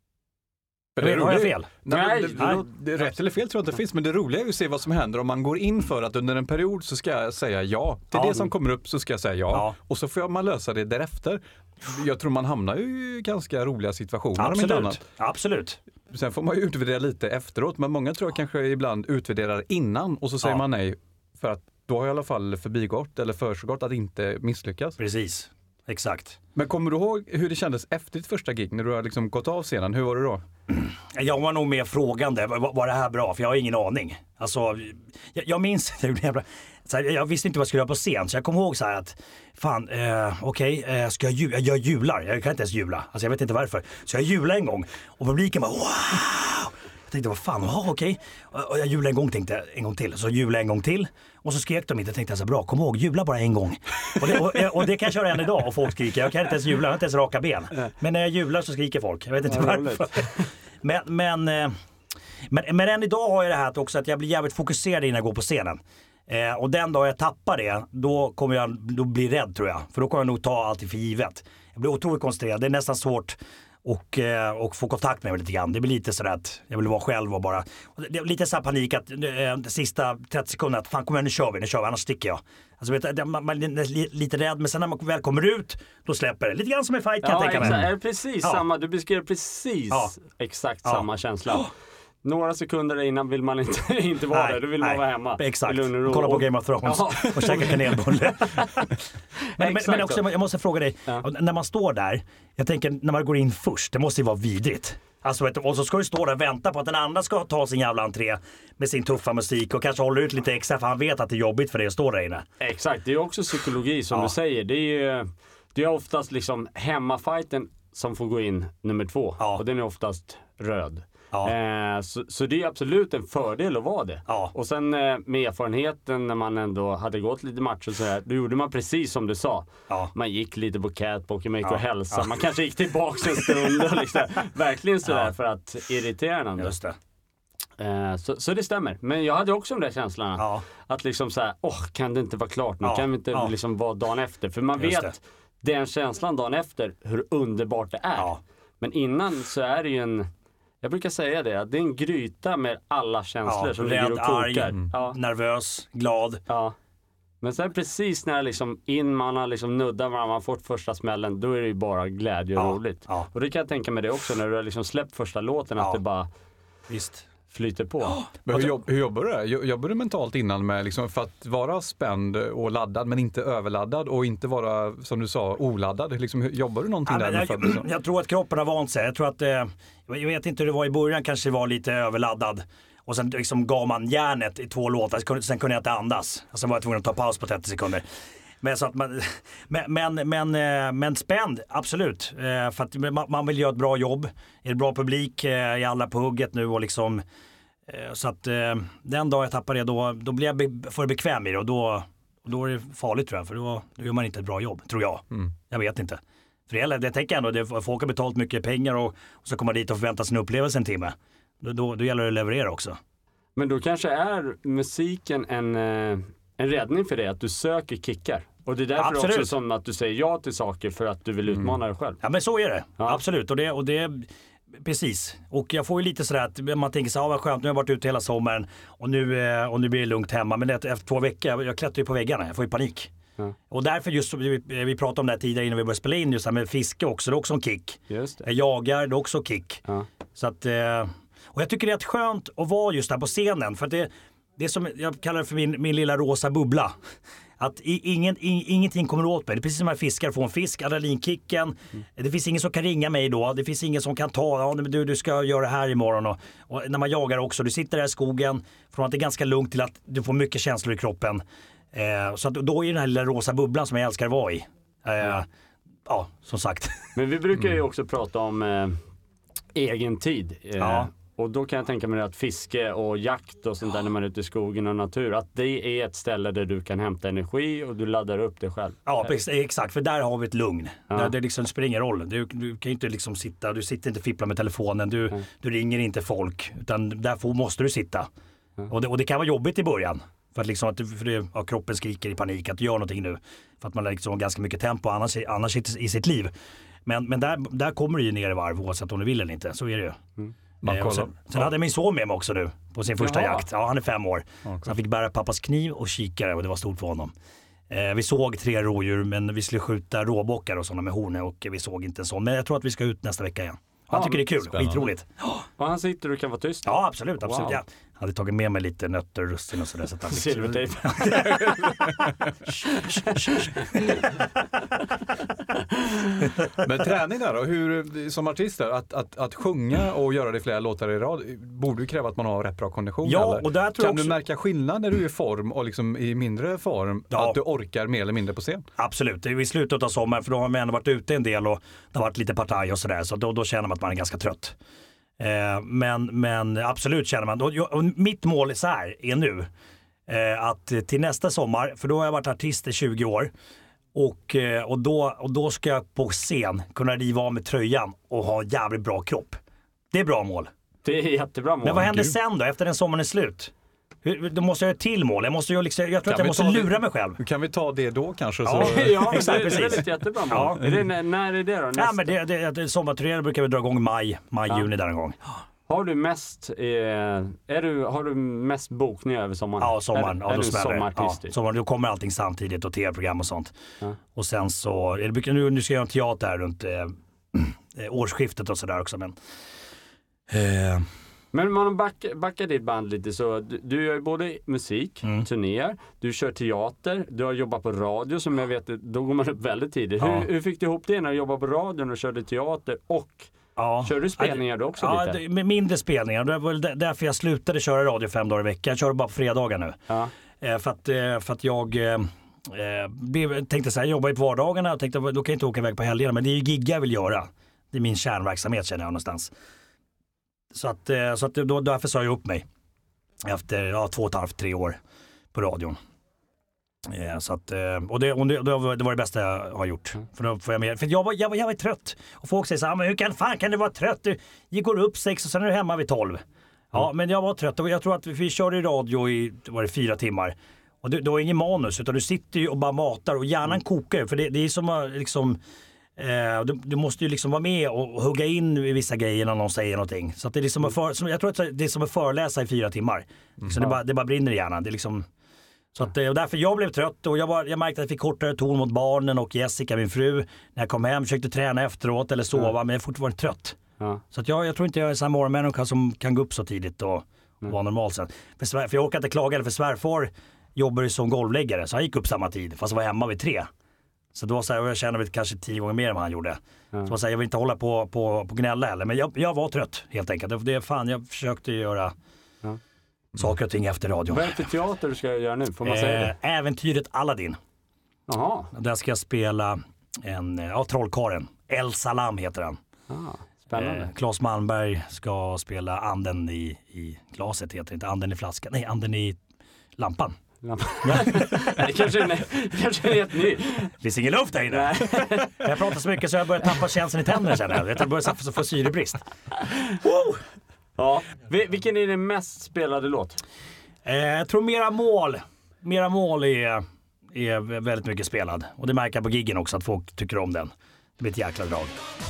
Det är har jag fel? Nej, Nej, det, det, det, rätt eller fel tror jag inte det finns, men det roliga är ju att se vad som händer om man går in för att under en period så ska jag säga ja. Till ja. det som kommer upp så ska jag säga ja. ja. Och så får man lösa det därefter. Jag tror man hamnar ju i ganska roliga situationer. Absolut. Om inte annat. Absolut. Sen får man ju utvärdera lite efteråt, men många tror jag kanske ibland utvärderar innan och så säger ja. man nej för att då har jag i alla fall förbigått eller försegått att inte misslyckas. Precis, exakt. Men kommer du ihåg hur det kändes efter ditt första gig när du har liksom gått av scenen? Hur var det då? Jag var nog mer frågande, var, var det här bra? För jag har ingen aning. Alltså, jag, jag minns, så här, jag visste inte vad jag skulle göra på scen, så jag kommer ihåg så här att fan, eh, okej, okay, eh, ska jag, jul, jag jular, jag kan inte ens jula, alltså jag vet inte varför. Så jag julade en gång och publiken bara wow! Jag tänkte, vad fan, aha, okej. Okay. Och jag julade en gång, tänkte en gång till. Så julade en gång till. Och så skrek de inte, tänkte jag så bra, kom ihåg, jula bara en gång. Och det, och, och det kan jag köra än idag och folk skriker. Jag kan inte ens jula, jag har inte ens raka ben. Men när jag jular så skriker folk, jag vet inte ja, varför. Men, men, men, men än idag har jag det här också att jag blir jävligt fokuserad innan jag går på scenen. Eh, och den dag jag tappar det, då kommer jag då bli rädd tror jag. För då kommer jag nog ta allt för givet. Jag blir otroligt koncentrerad, det är nästan svårt och, och få kontakt med mig lite grann. Det blir lite sådär att jag vill vara själv och bara... Och det är lite så här panik att äh, de sista trettio sekunderna att fan kommer jag, nu kör vi, nu kör vi, annars sticker jag. Alltså vet du, man, man är lite rädd, men sen när man väl kommer ut, då släpper det. Lite grann som en fight kan ja, jag tänka mig. Är det precis ja. samma, du beskrev precis ja. exakt ja. samma känsla. Oh. Några sekunder innan vill man inte, inte vara nej, där, då vill nej. man vara hemma. Exakt, kolla på Game of Thrones ja. och käka kanelbulle. men, men, men också, jag måste fråga dig, ja. när man står där, jag tänker när man går in först, det måste ju vara vidrigt. Alltså, och så ska du stå där och vänta på att den andra ska ta sin jävla entré med sin tuffa musik och kanske hålla ut lite extra för han vet att det är jobbigt för dig att stå där inne. Exakt, det är också psykologi som ja. du säger. Det är ju det är oftast liksom hemmafighten som får gå in nummer två ja. och den är oftast röd. Ja. Eh, så, så det är absolut en fördel att vara det. Ja. Och sen eh, med erfarenheten när man ändå hade gått lite matcher så här, då gjorde man precis som du sa. Ja. Man gick lite på catwalk, man gick ja. och hälsade. Ja. Man kanske gick tillbaka en stund och liksom, verkligen sådär ja. för att irritera någon. Just det. Eh, så, så det stämmer. Men jag hade också de där känslorna. Ja. Att liksom såhär, åh, kan det inte vara klart nu? Ja. Kan vi inte ja. liksom vara dagen efter? För man Just vet det. den känslan dagen efter, hur underbart det är. Ja. Men innan så är det ju en... Jag brukar säga det, att det är en gryta med alla känslor ja, som ligger och kokar. Arg, mm. ja. nervös, glad. Ja. Men sen precis när liksom in man har liksom nuddat varandra, man har fått första smällen, då är det ju bara glädje och ja, roligt. Ja. Och det kan jag tänka mig det också, när du har liksom släppt första låten, ja. att det bara Visst. flyter på. Oh. Men hur, jobb, hur jobbar du där? Jobbar du mentalt innan med liksom för att vara spänd och laddad men inte överladdad och inte vara, som du sa, oladdad? Liksom, jobbar du någonting ja, där? Jag, jag, jag tror att kroppen har vant sig. Jag tror att, eh, jag vet inte hur det var i början, kanske det var lite överladdad. Och sen liksom gav man järnet i två låtar, sen kunde jag inte andas. Och sen var jag tvungen att ta paus på trettio sekunder. Men, så att man, men, men, men, men spänd, absolut. För att man vill göra ett bra jobb. Är det bra publik i alla på hugget nu och liksom... Så att den dag jag tappar det, då, då blir jag be, för bekväm i det och då, då är det farligt tror jag. För då, då gör man inte ett bra jobb, tror jag. Mm. Jag vet inte. För det, det tänker jag ändå, det, folk har betalt mycket pengar och, och så kommer dit och förväntar sin upplevelse en timme. Då, då, då gäller det att leverera också. Men då kanske är musiken en, en räddning för dig, att du söker kickar. Och det är därför Absolut. också som att du säger ja till saker för att du vill utmana mm. dig själv. Ja men så är det, ja. Absolut. Och det, och det precis. Och jag får ju lite sådär att man tänker så här, vad skönt, nu har jag varit ute hela sommaren och nu, och nu blir det lugnt hemma. Men det, efter två veckor, jag klättrar ju på väggarna, jag får ju panik. Ja. Och därför just, vi, vi pratade om det här tidigare innan vi började spela in, just här med fiske också, det är också en kick. Just det. Jag jagar, det är också en kick. Ja. Så att, och jag tycker det är skönt att vara just där på scenen, för att det, det är som, jag kallar det för min, min lilla rosa bubbla. Att ingen, in, ingenting kommer åt mig. Det är precis som att fiskar får en fisk, adrenalinkicken. Mm. Det finns ingen som kan ringa mig då. Det finns ingen som kan ta, ja, du, du ska göra det här imorgon. Och, och när man jagar också, du sitter där i skogen, från att det är ganska lugnt till att du får mycket känslor i kroppen. Eh, så att då är den här lilla rosa bubblan som jag älskar att vara i. Eh, mm. Ja, som sagt. Men vi brukar ju också prata om eh, egen tid. Eh, ja. och då kan jag tänka mig att fiske och jakt och sånt där när man är ute i skogen och natur, att det är ett ställe där du kan hämta energi och du laddar upp det själv. Ja, precis, exakt. För där har vi ett lugn. Ja. Där det liksom spelar ingen roll. Du, du kan ju inte liksom sitta, du sitter inte och fipplar med telefonen, du, Mm. du ringer inte folk, utan där får, måste du sitta. Mm. Och, det, och det kan vara jobbigt i början. För att, liksom att du, för det, ja, kroppen skriker i panik att du gör någonting nu. För att man har liksom ganska mycket tempo annars, annars i, i sitt liv. Men, men där, där kommer du ju ner i varv oavsett om du vill eller inte. Så är det ju. Mm. Eh, och sen sen Ja. hade min son med mig också nu på sin första Jaha. jakt. Ja, han är fem år. Ja, Så han fick bära pappas kniv och kikare och det var stort för honom. Eh, vi såg tre rådjur men vi skulle skjuta råbockar och sådana med horn och vi såg inte en sån. Men jag tror att vi ska ut nästa vecka igen. Han Ja, tycker det är kul, spännande. skitroligt. Och han sitter och kan vara tyst. Ja, absolut, absolut. Wow. Ja. Jag hade tagit med mig lite nötter och russin och sådär. Så att han fick- Silvertejp. Men träning där då, hur, som artister, att, att, att sjunga och göra det i flera låtar i rad, borde ju kräva att man har rätt bra kondition. Ja, eller? och där tror kan jag också- du märka skillnad när du är i form och liksom i mindre form, Ja. att du orkar mer eller mindre på scen? Absolut, det är i slutet av sommaren för då har man ändå varit ute en del och det har varit lite partaj och sådär. Så då, då känner man att man är ganska trött. Eh, men, men absolut känner man, och, och mitt mål är så här, är nu eh, att till nästa sommar, för då har jag varit artist i tjugo år och, eh, och, då, och då ska jag på scen kunna riva av med tröjan och ha en jävligt bra kropp. Det är bra mål. Det är jättebra mål. Men vad händer gud. sen då, efter den sommaren är slut? Hur, då måste jag göra ett till mål. Jag, måste ju liksom, jag tror Kan att jag vi måste ta det- lura mig själv. Kan vi ta det då kanske? Ja. Så, Ja, men Exakt, det, det är precis. väl ett jättebra mål. Ja. Är det, när, när är det då? Nästa? Ja, men det, det, det, sommarturnéer brukar vi dra igång i maj, maj, Ja. juni där en gång. Har du mest, eh, är du, har du mest bokningar över sommaren? Ja, sommaren. Är, Ja, är då du smäller det. sommarartist? Ja, sommaren, då kommer allting samtidigt och tv-program och sånt. Ja. Och sen så, är det mycket, nu, nu ska jag göra en teater här runt eh, eh, årsskiftet och sådär också. Men, eh, Men om man backar, backar ditt band lite så, du, du gör ju både musik, Mm. turnéer, du kör teater, du har jobbat på radio som jag vet, då går man upp väldigt tidigt. Ja. Hur, hur fick du ihop det när du jobbade på radion och körde teater och ja. kör du spelningar du också Ja, lite? det- med mindre spelningar. Det var väl där- därför jag slutade köra radio fem dagar i veckan. Jag kör bara på fredagar nu. Ja. Eh, för, att, eh, för att jag eh, eh, blev, tänkte så här, jag jobbar ju på vardagarna och tänkte då kan jag inte åka iväg på helgerna. Men det är ju gigga jag vill göra. Det är min kärnverksamhet känner jag någonstans. Så, att, eh, så att då, därför sa jag upp mig. Efter ja, två och ett halvt, tre år på radion. Eh, så att, eh, och det, och det, det, var, det var det bästa jag har gjort. För, då får jag, med, för jag, var, jag, var, jag var trött. Och folk säger så här, men hur kan, fan kan du vara trött? Du, du går upp sex och sen är du hemma vid tolv. Ja, men jag var trött och jag tror att vi, vi körde i radio i var det fyra timmar. Och det, det var ingen manus utan du sitter ju och bara matar och hjärnan kokar ju. För det, det är som att liksom, eh, du, du måste ju liksom vara med och, och hugga in i vissa grejer när någon säger någonting. Så att det är liksom att för, som, jag tror att det är som att föreläsa i fyra timmar. Så det, bara, det bara brinner i hjärnan. Det är liksom, så att, och därför jag blev trött och jag, var, jag märkte att jag fick kortare ton mot barnen och Jessica, min fru. När jag kom hem försökte träna efteråt eller sova men jag är fortfarande trött. Ja. Så att jag, jag tror inte jag är en sån morgonmänniska som kan gå upp så tidigt och, och vara normal sen. För, svär- för jag orkar inte klaga, för svärfar jobbar ju som golvläggare så han gick upp samma tid fast var hemma vid tre. Så då så här, och jag känner väl kanske tio gånger mer än vad han gjorde. Så jag, säger, jag vill inte hålla på, på, på gnälla heller men jag, jag var trött helt enkelt. Det, det är fan, jag försökte göra Ja. saker och ting efter radion. Vad är det för teater du ska göra nu? Får man säga Eh, det? äventyret Aladdin. Jaha. Där ska jag spela en, ja, trollkaren. El Salam heter han. Ah, spännande. Eh, Claes Malmberg ska spela anden i, i glaset, heter det inte. Anden i flaskan. Nej, anden i lampan. det kanske är, det kanske är helt ny. Det finns ingen luft där inne. Jag pratar så mycket så jag börjar tappa känslan i tänderna känner jag. Jag börjar få, få syrebrist. Wow. Ja. Vil- Vilken är din mest spelade låt? Eh, jag tror mera mål. Mera mål är, är väldigt mycket spelad. Och det märker jag på giggen också att folk tycker om den. Det blir ett jäkla drag.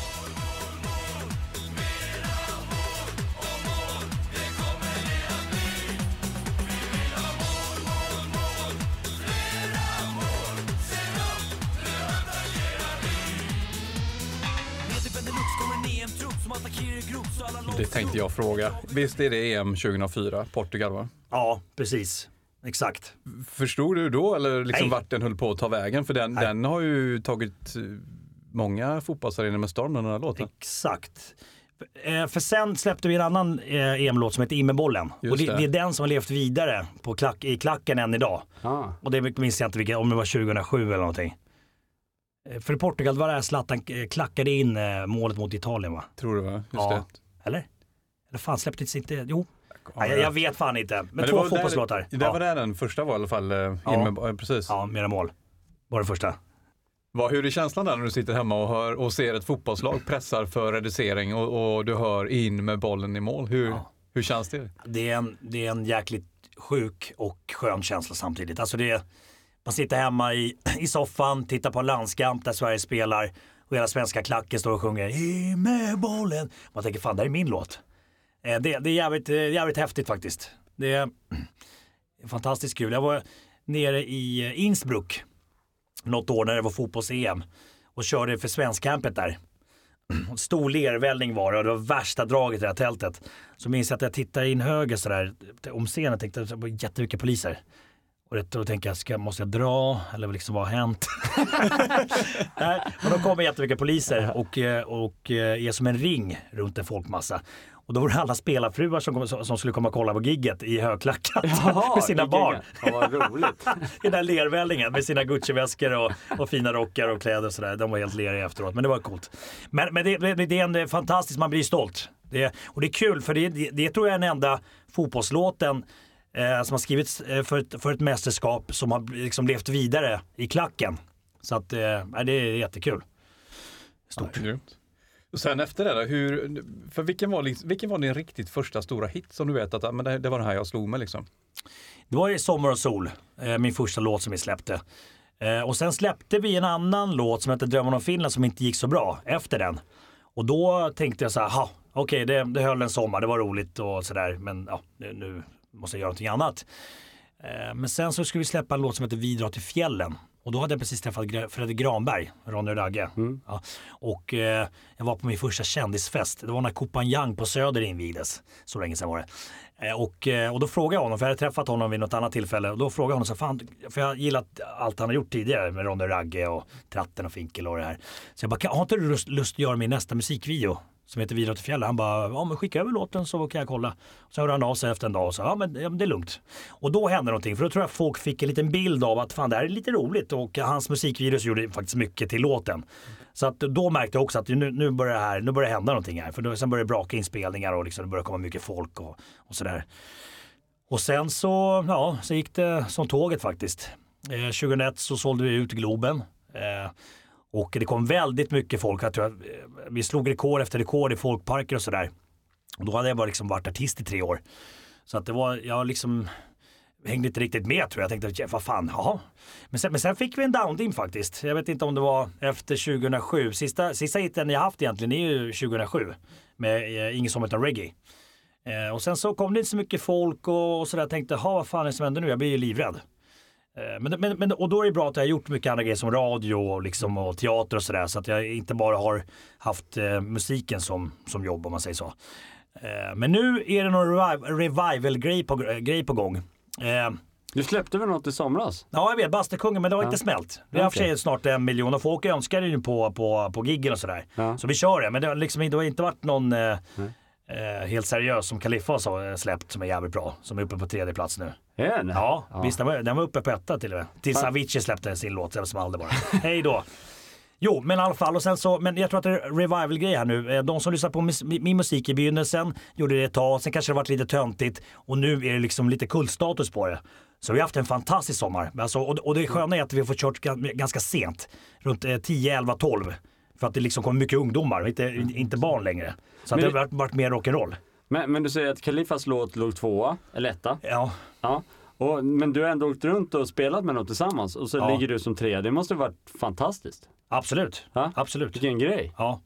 Det tänkte jag fråga. Visst är det E M tjugohundrafyra, Portugal va? Ja, precis. Exakt. Förstod du då eller liksom Nej. vart den höll på att ta vägen? För den, Nej. den har ju tagit eh, många fotbollsarenor med storm den här låten. Exakt. Eh, för sen släppte vi en annan eh, E M-låt som heter Immebollen. Just Och det, det. det är den som har levt vidare på klack, i klacken än idag. Ah. Och det minns jag inte vilka, om det var tjugohundrasju eller någonting. Eh, för i Portugal var det här Zlatan eh, klackade in eh, målet mot Italien va? Tror du va? Just Ja. det. Eller? Eller fan släpptes inte, jo. Nej, jag, jag vet fan inte. Men, men två fotbollslåtar. Det ja. var där den första var i alla fall. In ja. med, precis. Ja, Mera mål. Var det första. Vad, hur är känslan där när du sitter hemma och, hör, och ser ett fotbollslag pressar för reducering och, och du hör in med bollen i mål? Hur, ja. hur känns det? Det är, en, det är en jäkligt sjuk och skön känsla samtidigt. Alltså det är, man sitter hemma i, i soffan, tittar på en landskamp där Sverige spelar och hela svenska klacken står och sjunger in med bollen. Man tänker fan, det är min låt. Det, det är jävligt, jävligt häftigt faktiskt. Det är fantastiskt kul. Jag var nere i Innsbruck något år när det var fotbolls-E M och körde för svenskcampet där. Stor lervälling var det och det var värsta draget i det här tältet. Så minns jag att jag tittade in höger sådär om scenen och tänkte att det var jättemycket poliser. Och då tänkte jag, ska, måste jag dra? Eller liksom vad har hänt? Nej, och då kommer jättemycket poliser och, och är som en ring runt en folkmassa. Och då var det alla spelarfruar som, kom, som skulle komma och kolla på gigget i högklackat Jaha, med sina barn. Ja, vad roligt. I den där lervällingen med sina Gucci-väskor och, och fina rockar och kläder och sådär. De var helt leriga efteråt, men det var coolt. Men, men det, det, det är en fantastiskt, man blir stolt. Det, och det är kul, för det, det, det tror jag är den enda fotbollslåten eh, som har skrivits för ett, för ett mästerskap som har liksom levt vidare i klacken. Så att eh, det är jättekul. Stort. Ja, och sen efter det, hur, för vilken var, vilken var din riktigt första stora hit som du vet att men det, det var den här jag slog med liksom? Det var i Sommar och sol, eh, min första låt som vi släppte. Eh, och sen släppte vi en annan låt som heter Drömmen om Finland som inte gick så bra efter den. Och då tänkte jag så här, ha, okej okay, det, det höll en sommar, det var roligt och sådär, men ja, nu, nu måste jag göra någonting annat. Eh, men sen så skulle vi släppa en låt som heter Vi drar till fjällen. Och då hade jag precis träffat Fredrik Granberg, Ronny och Ragge. Mm. Ja. Och eh, jag var på min första kändisfest. Det var när Kopanjang på Söder invigdes. Så länge sedan var det. Eh, och, eh, och då frågade jag honom, för jag hade träffat honom vid något annat tillfälle. Och då frågade jag honom, så fan, för jag har gillat allt han har gjort tidigare med Ronny och Ragge och Tratten och Finkel och det här. Så jag bara, har inte du lust, lust att göra min nästa musikvideo? Som heter Vi drar till fjällen. Han bara, ja men skicka över låten så kan jag kolla. Så hörde han av sig efter en dag och sa, ja men, ja men det är lugnt. Och då hände någonting, för då tror jag folk fick en liten bild av att fan det här är lite roligt. Och hans musikvideos gjorde faktiskt mycket till låten. Så att då märkte jag också att nu, nu börjar det här, nu börjar det hända någonting här. För då, sen började det braka inspelningar och liksom, det började komma mycket folk och, och sådär. Och sen så, ja, så gick det som tåget faktiskt. Eh, tjugohundraett så sålde vi ut Globen. Eh, Och det kom väldigt mycket folk. Jag tror, vi slog rekord efter rekord i folkparker och sådär. Och då hade jag bara liksom varit artist i tre år. Så att det var, jag liksom hängde inte riktigt med tror jag. Jag tänkte, vad fan, jaha. Men sen, men sen fick vi en downdim faktiskt. Jag vet inte om det var efter tjugohundrasju. Sista, sista hiten jag haft egentligen är ju tjugohundrasju. Med eh, Ingen som heter reggae. Eh, och sen så kom det inte så mycket folk och, och sådär. Jag tänkte, ha vad fan är det som händer nu? Jag blir ju livrädd. Men, men, men, och då är det bra att jag har gjort mycket andra grejer som radio och, liksom, och teater och sådär. Så att jag inte bara har haft eh, musiken som, som jobb om man säger så. Eh, men nu är det någon revival, revival-grej på, äh, grej på gång. Eh, du släppte väl något i somras? Ja jag vet, Bastukungen, men det har ja. inte smält. Det har okay. för sig snart en miljon och folk önskar ju på, på, på giggen och sådär. Ja. Så vi kör det, men det har, liksom, det har inte varit någon eh, eh, helt seriös som Kaliffa har släppt som är jävligt bra. Som är uppe på tredje plats nu. Ja, nej. ja, ja. visst den var, den var uppe på etta till och med. Tills Avicii släppte sin låt som aldrig bara. Hej då. Jo, men i alla fall och sen så, men jag tror att det är revival-grej här nu. De som lyssnar på mis, min musik i begynnelsen gjorde det ett tag, sen kanske det varit lite töntigt och nu är det liksom lite kultstatus på det. Så vi har haft en fantastisk sommar. Alltså, och, och det sköna är att vi har fått kört ganska sent, runt tio, elva, tolv. För att det liksom kommer mycket ungdomar, inte, inte barn längre. Så att det har varit, varit mer rock'n'roll. Men, men du säger att Kalifas låt låg tvåa, eller etta? Ja. Ja. Och, men du har ändå åkt runt och spelat med något tillsammans och så ja. ligger du som trea. Det måste ha varit fantastiskt. Absolut, ha? absolut. Vilken grej. Ja.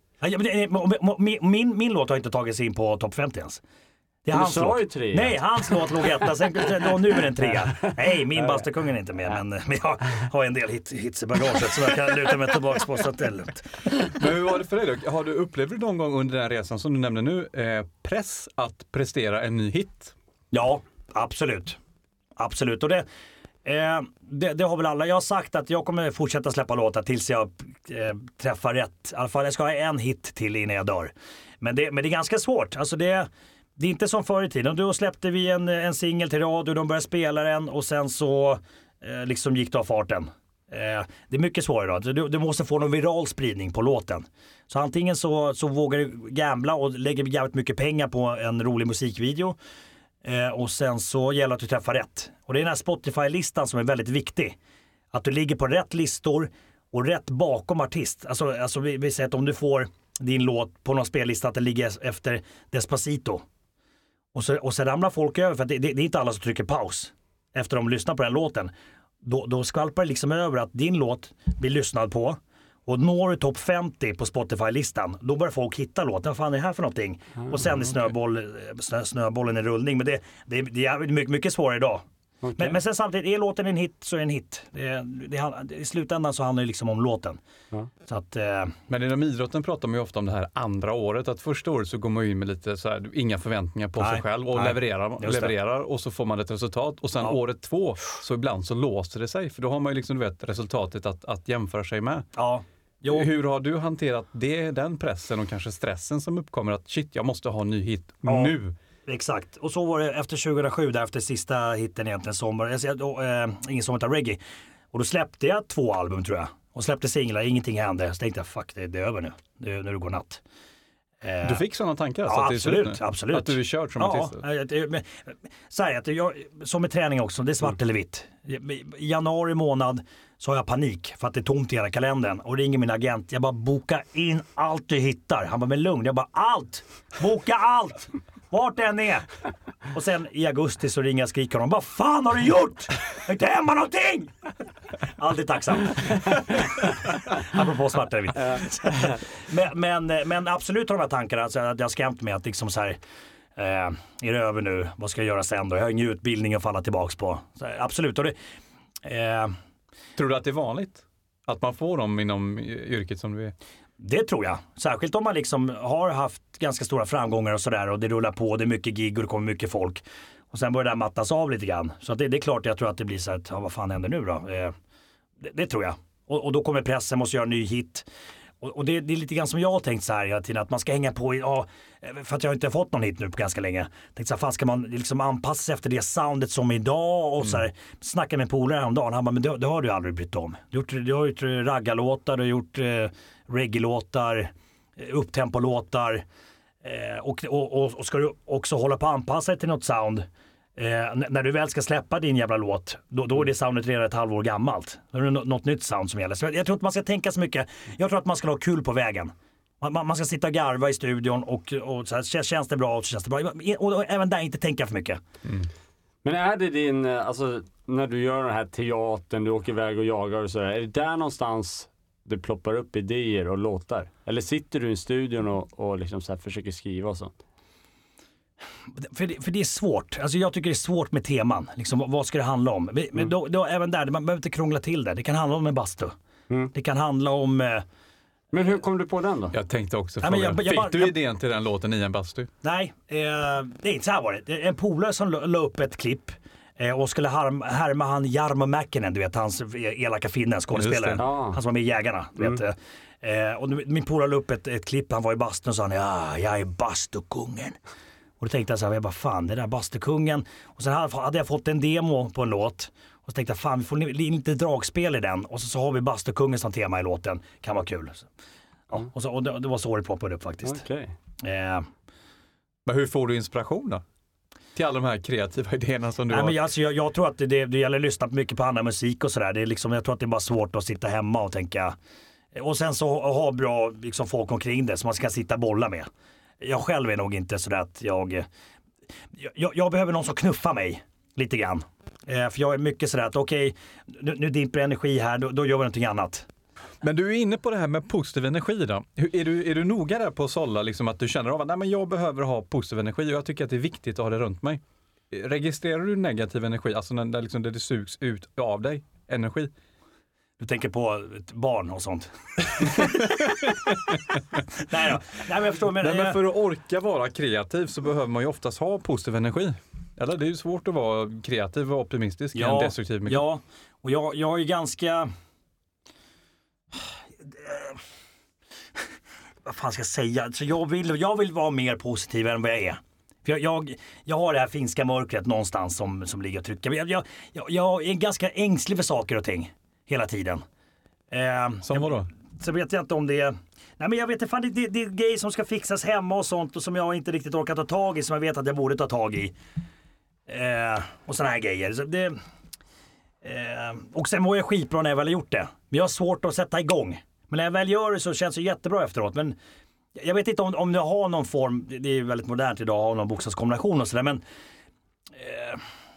Min, min, min låt har inte tagit sig in på topp femtio ens. Det är hans sa låt. Ju tre. Nej, hans låt låg etta, sen då, nu är den trea. Nej, min Bastukungen är inte med, men, men jag har en del hit, hits i bagaget så jag kan luta mig tillbaka på stället. Men hur var det för dig då? Har du upplevt någon gång under den här resan som du nämnde nu, eh, press att prestera en ny hit? Ja, absolut. Absolut, och det, eh, det, det har väl alla. Jag har sagt att jag kommer fortsätta släppa låtar tills jag eh, träffar rätt. I alla fall jag ska ha en hit till innan jag dör. Men det, men det är ganska svårt. Alltså det, det är inte som förr i tiden. Då släppte vi en, en singel till radio, de började spela den och sen så eh, liksom gick det av farten. Eh, det är mycket svårare då. Du, du måste få någon viral spridning på låten. Så antingen så, så vågar du gambla och lägger jävligt mycket pengar på en rolig musikvideo. Eh, och sen så gäller det att du träffar rätt. Och det är den här Spotify-listan som är väldigt viktig. Att du ligger på rätt listor och rätt bakom artist. Alltså, alltså vi, vi säger att om du får din låt på någon spellista att det ligger efter Despacito. Och så, och så ramlar folk över, för att det, det, det är inte alla som trycker paus efter de lyssnar på den låten. Då, då skvalpar det liksom över att din låt blir lyssnad på. Och når du topp femtio på Spotify-listan, då börjar folk hitta låten. Vad fan är det här för någonting? Mm, och sen är snöboll, snö, snöbollen i rullning. Men det, det, det är mycket, mycket svårare idag. Okay. Men, men sen samtidigt, är låten en hit så är det en hit. Det, det, det, I slutändan så handlar det liksom om låten. Ja. Så att, eh... Men inom idrotten pratar man ju ofta om det här andra året. Att första året så går man in med lite så här, inga förväntningar på nej, sig själv och nej, levererar, levererar och så får man ett resultat. Och sen ja. året två så ibland så låser det sig. För då har man ju liksom, du vet, resultatet att, att jämföra sig med. Ja. Jo. Hur har du hanterat det, den pressen och kanske stressen som uppkommer att shit, jag måste ha en ny hit ja. nu? Exakt, och så var det efter tjugohundrasju, där efter sista hitten egentligen, sommar, äh, ingen sommar av reggae. Och då släppte jag två album tror jag. Och släppte singlar, ingenting hände. Så tänkte jag, fuck det, det är över nu, det, nu går natt. Eh, du fick sådana tankar? Ja, så att absolut, det är absolut. Att du är kört som ja, artist? Så här, att jag, som med träning också, det är svart mm. eller vitt. I januari månad så har jag panik för att det är tomt i hela kalendern. Och ringer min agent, jag bara boka in allt du hittar. Han bara, men lugn, jag bara allt! Boka allt! Vart det än är. Och sen i augusti så ringer jag och skriker honom. Vad fan har du gjort? Jag är inte hemma någonting! Alltid tacksam. Apropå svart eller vitt. men, men, men absolut har de här tankarna. Alltså, att jag har skrämt mig att liksom så här. Eh, är det över nu? Vad ska jag göra sen då? Jag har ingen utbildning att falla tillbaks på. Så, absolut. Och det, eh, tror du att det är vanligt? Att man får dem inom yrket som du är? Det tror jag. Särskilt om man liksom har haft ganska stora framgångar och sådär och det rullar på, det är mycket gig och det kommer mycket folk. Och sen börjar det där mattas av lite grann. Så det, det är klart jag tror att det blir så att, ja, vad fan händer nu då? Eh, det, det tror jag. Och, och då kommer pressen, måste göra en ny hit. Och, och det, det är lite grann som jag har tänkt så här hela tiden, att man ska hänga på i, ja, för att jag inte har fått någon hit nu på ganska länge. Tänkte så här, fan ska man liksom anpassa sig efter det soundet som idag och så här, snacka med en polare häromdagen. Han bara, men det, det har du aldrig brytt om. Du har gjort, du har gjort raggarlåtar, du har gjort eh, reggae-låtar, upptempo-låtar eh, och, och, och, och ska du också hålla på att anpassa dig till något sound eh, n- när du väl ska släppa din jävla låt, då, då är det soundet redan ett halvår gammalt. Då är det något, något nytt sound som gäller. Så jag, jag tror inte man ska tänka så mycket. Jag tror att man ska ha kul på vägen. Man, man ska sitta och garva i studion och, och så här, känns det bra och så känns det bra. Och, och även där inte tänka för mycket. Mm. Men är det din, alltså när du gör den här teatern, du åker iväg och jagar och sådär, är det där någonstans du ploppar upp idéer och låtar? Eller sitter du i studion och, och liksom så här försöker skriva och sånt? För det, för det är svårt. Alltså jag tycker det är svårt med teman. Liksom, vad ska det handla om? Men mm. då, då, även där, man behöver inte krångla till det. Det kan handla om en bastu. Mm. Det kan handla om... Eh, men hur kom du på den då? Jag tänkte också fråga. Nej, jag, jag, jag, Fick du jag, idén till den låten i en bastu? Nej, eh, det är inte så här var det. En polare som la upp ett klipp eh, och skulle harm, härma han Jarmo Mäkinen, du vet, hans elaka finnen, skådespelaren. Ja. Han som var med i Jägarna, du mm. vet. Eh, och min polare la upp ett, ett klipp, han var i bastun och sa han, ja, jag är bastukungen. Och då tänkte jag så här, jag bara fan, det där bastukungen. Och sen hade jag fått en demo på en låt. Och så tänkte jag, fan vi får lite dragspel i den. Och så, så har vi bastukungen som tema i låten. Kan vara kul. Så, ja, mm. och, så, och det, det var så det ploppade upp faktiskt. Okay. Eh. Men hur får du inspiration då? Till alla de här kreativa idéerna som du Nej, har? Men alltså, jag, jag tror att det, det, det gäller att lyssna mycket på andra musik och sådär. Det är liksom, jag tror att det är bara svårt att sitta hemma och tänka. Och sen så ha bra liksom, folk omkring det som man ska sitta och bolla med. Jag själv är nog inte sådär att jag, jag... Jag behöver någon som knuffar mig lite grann. Eh, för jag är mycket sådär att okej, okay, nu, nu dimper energi här, då, då gör vi någonting annat. Men du är inne på det här med positiv energi då. Är du, är du noga där på att sålla liksom att du känner av att nej, men jag behöver ha positiv energi och jag tycker att det är viktigt att ha det runt mig? Registrerar du negativ energi, alltså när, när, liksom, när det sugs ut av dig, energi? Du tänker på ett barn och sånt. Nej då. Nej, men jag förstår. Men, Nej, men för att orka vara kreativ så behöver man ju oftast ha positiv energi. Eller det är ju svårt att vara kreativ och optimistisk i en destruktiv miljö. Ja, och jag, jag är ganska... Vad fan ska jag säga? Så jag, vill, jag vill vara mer positiv än vad jag är. För jag, jag, jag har det här finska mörkret någonstans som, som ligger och trycker. Jag, jag, jag, jag är ganska ängslig för saker och ting. hela tiden. Eh, Som vadå? Så vet jag inte om det är... Nej men jag vet inte, fan, det, det, det är grejer som ska fixas hemma och sånt och som jag inte riktigt orkar ta tag i, som jag vet att jag borde ta tag i. Eh, och såna här grejer. Så det, eh, och sen mår jag skitbra när jag väl har gjort det. Men jag har svårt att sätta igång. Men när jag väl gör det så känns det jättebra efteråt. Men jag vet inte om, om jag har någon form, det är väldigt modernt idag att ha någon bokstavskombination och sådär, men... Eh,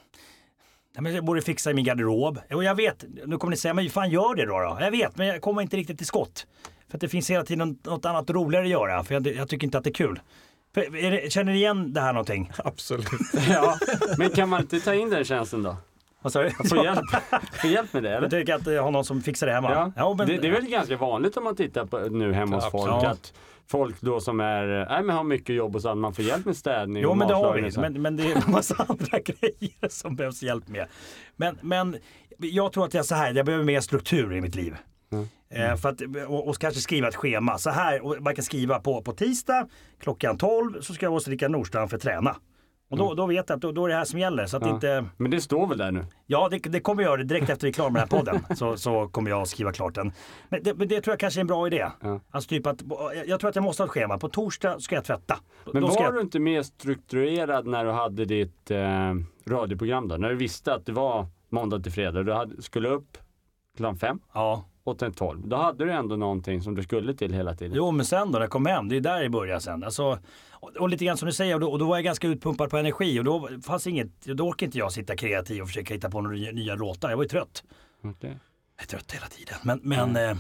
jag borde fixa i min garderob. Och jag vet, nu kommer ni säga, men fan gör det då, då? Jag vet, men jag kommer inte riktigt till skott. För att det finns hela tiden något annat roligare att göra. För jag, jag tycker inte att det är kul. För, är det, känner ni igen det här någonting? Absolut. Ja, men kan man inte ta in den tjänsten då? Vad sa du? Få hjälp, få hjälp med det, eller? Jag tycker att jag har någon som fixar det hemma. Ja. Ja, men, det, det är väl ganska vanligt om man tittar på nu hemma hos Ja, folk. absolut. Att folk då som är, nej, men har mycket jobb och så att man får hjälp med städning. Jo, och men det har matlagning vi. och så. Men, men det är en massa andra grejer som behövs hjälp med. Men, men jag tror att jag är så här, jag behöver mer struktur i mitt liv. Mm. Eh, för att, och, och kanske skriva ett schema. Så här, och man kan skriva på, på tisdag klockan tolv så ska jag hos Rickard Nordstrand för att träna. Och då, då vet jag att då, då är det här som gäller. Så att Ja. inte... Men det står väl där nu? Ja, det, det kommer jag göra direkt efter vi är klara med den här podden. så, så kommer jag skriva klart den. Men det, men det tror jag kanske är en bra idé. Ja. Alltså typ att, jag tror att jag måste ha ett schema. På torsdag ska jag tvätta. Men då var ska jag... du inte mer strukturerad när du hade ditt eh, radioprogram då? När du visste att det var måndag till fredag. Du hade, skulle upp klockan fem Ja. och till tolv. Då hade du ändå någonting som du skulle till hela tiden. Jo, men sen då när jag kom hem, det är där det börjar sen. Alltså, och, och lite grann som du säger, och då, och då var jag ganska utpumpad på energi. Och då fanns inget, då orkade inte jag sitta kreativ och försöka hitta på några nya, nya låtar. Jag var ju trött. Okay. Jag är trött hela tiden. Men, men, eh,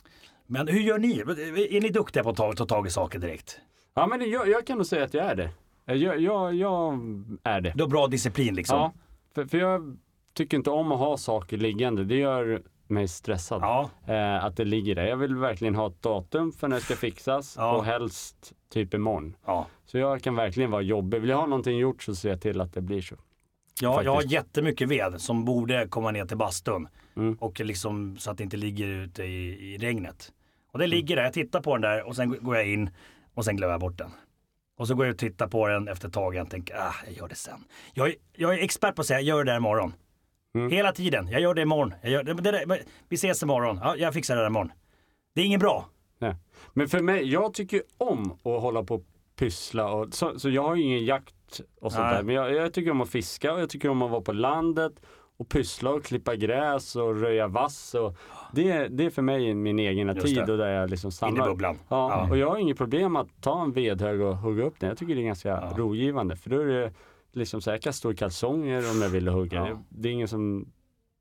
men hur gör ni? Är ni duktiga på att ta, ta tag i saker direkt? Ja, men det, jag, jag kan nog säga att jag är det. Jag, jag, jag är det. Du har bra disciplin liksom? Ja, för, för jag tycker inte om att ha saker liggande. Det gör mig stressad. Ja. Eh, att det ligger där. Jag vill verkligen ha ett datum för när det ska fixas. Ja. Och helst typ imorgon. Ja. Så jag kan verkligen vara jobbig. Vill jag ha någonting gjort så ser jag till att det blir så. Ja, jag har Faktiskt. jättemycket ved som borde komma ner till bastun. Mm. Och liksom så att det inte ligger ute i, i regnet. Och det ligger där, jag tittar på den där och sen går jag in och sen glömmer jag bort den. Och så går jag och tittar på den efter ett tag och jag tänker, ah, jag gör det sen. Jag är, jag är expert på att säga, jag gör det där imorgon. Mm. Hela tiden, jag gör det imorgon. Jag gör, det, det där, vi ses imorgon, ja, jag fixar det där imorgon. Det är inget bra. Nej. Men för mig, jag tycker om att hålla på och pyssla. Och, så, så jag har ju ingen jakt och sånt Nej. där. Men jag, jag tycker om att fiska och jag tycker om att vara på landet. Och pyssla och klippa gräs och röja vass. Och det, det är för mig min egna Just tid det. och där jag liksom In i samlar. bubblan. Ja, Ja. och jag har inget problem att ta en vedhög och hugga upp den. Jag tycker det är ganska Ja. rogivande. För då är det liksom så här, jag kan stå i kalsonger om jag vill hugga. Ja. Det, det är ingen som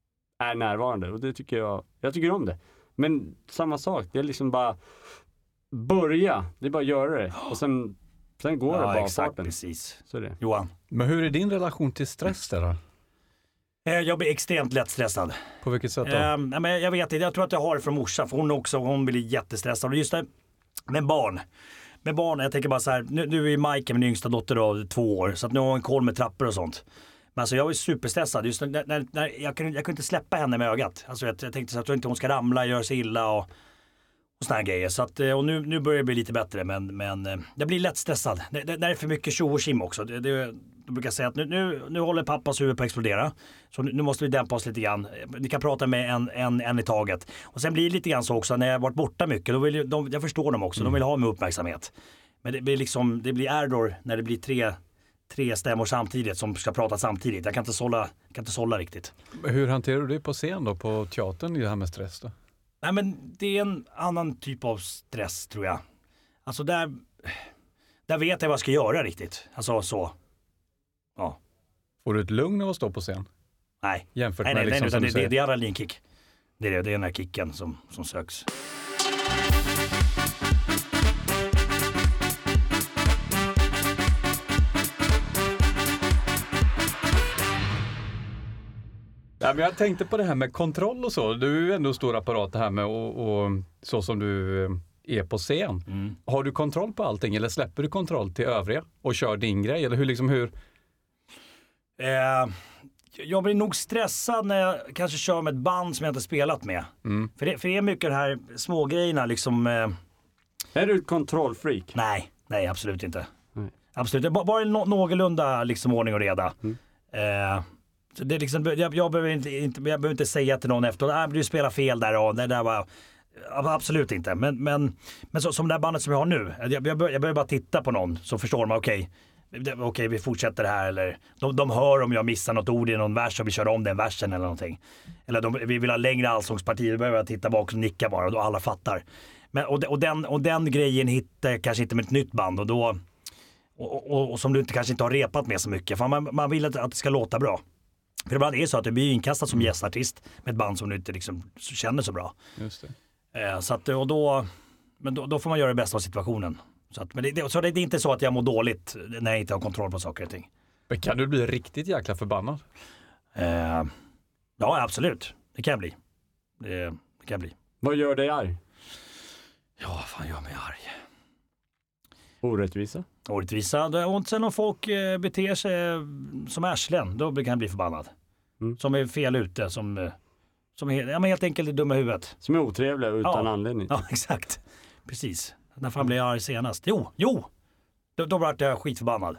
är närvarande och det tycker jag, jag tycker om det. Men samma sak, det är liksom bara börja, det är bara att göra det. Och sen, sen går det Ja, bara exakt, farten. precis. Så är det. Johan? Men hur är din relation till stress där då? Eh, Jag blir extremt lättstressad. På vilket sätt då? Eh, nej, men jag vet inte, jag tror att jag har det från morsan. För hon också, hon blir jättestressad. Och just det, med barn. Med barn, jag tänker bara så här, nu, nu är Majken, min yngsta dotter då, två år. Så att nu har hon koll med trappor och sånt. Men alltså jag var superstressad. Just när, när, när jag, kunde, jag kunde inte släppa henne med ögat. Alltså jag, jag tänkte så att jag inte hon ska ramla, göra sig illa och, och såna här grejer. Så att, och nu, nu börjar det bli lite bättre. Men, men eh, jag blir lätt stressad. Det, det, det är för mycket tjo och kim också. Det, det, jag brukar säga att nu, nu, nu håller pappas huvud på att explodera. Så nu, nu måste vi dämpa oss lite grann. Vi kan prata med en, en, en i taget. Och sen blir det lite grann så också när jag har varit borta mycket. Då vill ju, de, jag förstår dem också. De vill ha mig uppmärksamhet. Men det blir liksom, det blir error när det blir tre, tre stämmor samtidigt som ska prata samtidigt. Jag kan inte sålla, kan inte sålla riktigt. Hur hanterar du det på scen då, på teatern, i det här med stress då? Nej, men det är en annan typ av stress tror jag. Alltså där, där vet jag vad jag ska göra riktigt. Alltså så. Ja. Får du ett lugn av att stå på scen? Nej. Jämfört Nej, med nej, liksom, nej, som utan du det, det, säger. det är adrenalinkick. Det är det, det är den här kicken som, som söks. Ja, men jag tänkte på det här med kontroll och så. Du är ju ändå stor apparat det här med och, och så som du eh, är på scen. Mm. Har du kontroll på allting eller släpper du kontroll till övriga och kör din grej? Eller hur liksom hur? Eh, jag blir nog stressad när jag kanske kör med ett band som jag inte spelat med. Mm. För, det, för det är mycket de här små grejerna liksom. Eh, Är du ett kontrollfreak? nej, nej absolut inte. Nej. Absolut, det är bara, bara nå- någorlunda liksom ordning och reda. Mm. Eh, det är liksom, jag, jag, behöver inte, inte, jag behöver inte säga till någon efter att du spelar fel där och det där var... Absolut inte, men, men, men så, som det här bandet som jag har nu, jag, jag, jag behöver bara titta på någon så förstår man okej, okay, okej okay, vi fortsätter det här, eller de, de hör om jag missar något ord i någon vers och vi kör om den versen eller någonting. Eller de, vi vill ha längre allsångspartier, då behöver jag titta bak och nicka bara och då alla fattar. Men, och, och, den, och den grejen hittar jag kanske inte med ett nytt band och då och, och, och som du inte, kanske inte har repat med så mycket, för man, man vill att, att det ska låta bra. För ibland är det så att du blir inkastad som gästartist med ett band som du inte liksom känner så bra. Just det. Så, att, och då, men då, då får man göra det bästa av situationen. Så, att, men det, så det är inte så att jag mår dåligt när jag inte har kontroll på saker och ting. Men kan du bli riktigt jäkla förbannad? Eh, ja, absolut. Det kan jag bli. Det, det kan jag bli. Vad gör dig arg? Ja, vad fan gör mig arg? Orättvisa? Orättvisa. Och sen om folk eh, beter sig som ärslen, då kan jag bli förbannad. Mm. Som är fel ute, som... Som är, ja, men helt enkelt är dumma i huvudet. Som är otrevliga utan ja. anledning. Ja, exakt. Precis. När fan blev jag arg senast? Jo, jo! Då, då blev jag skitförbannad.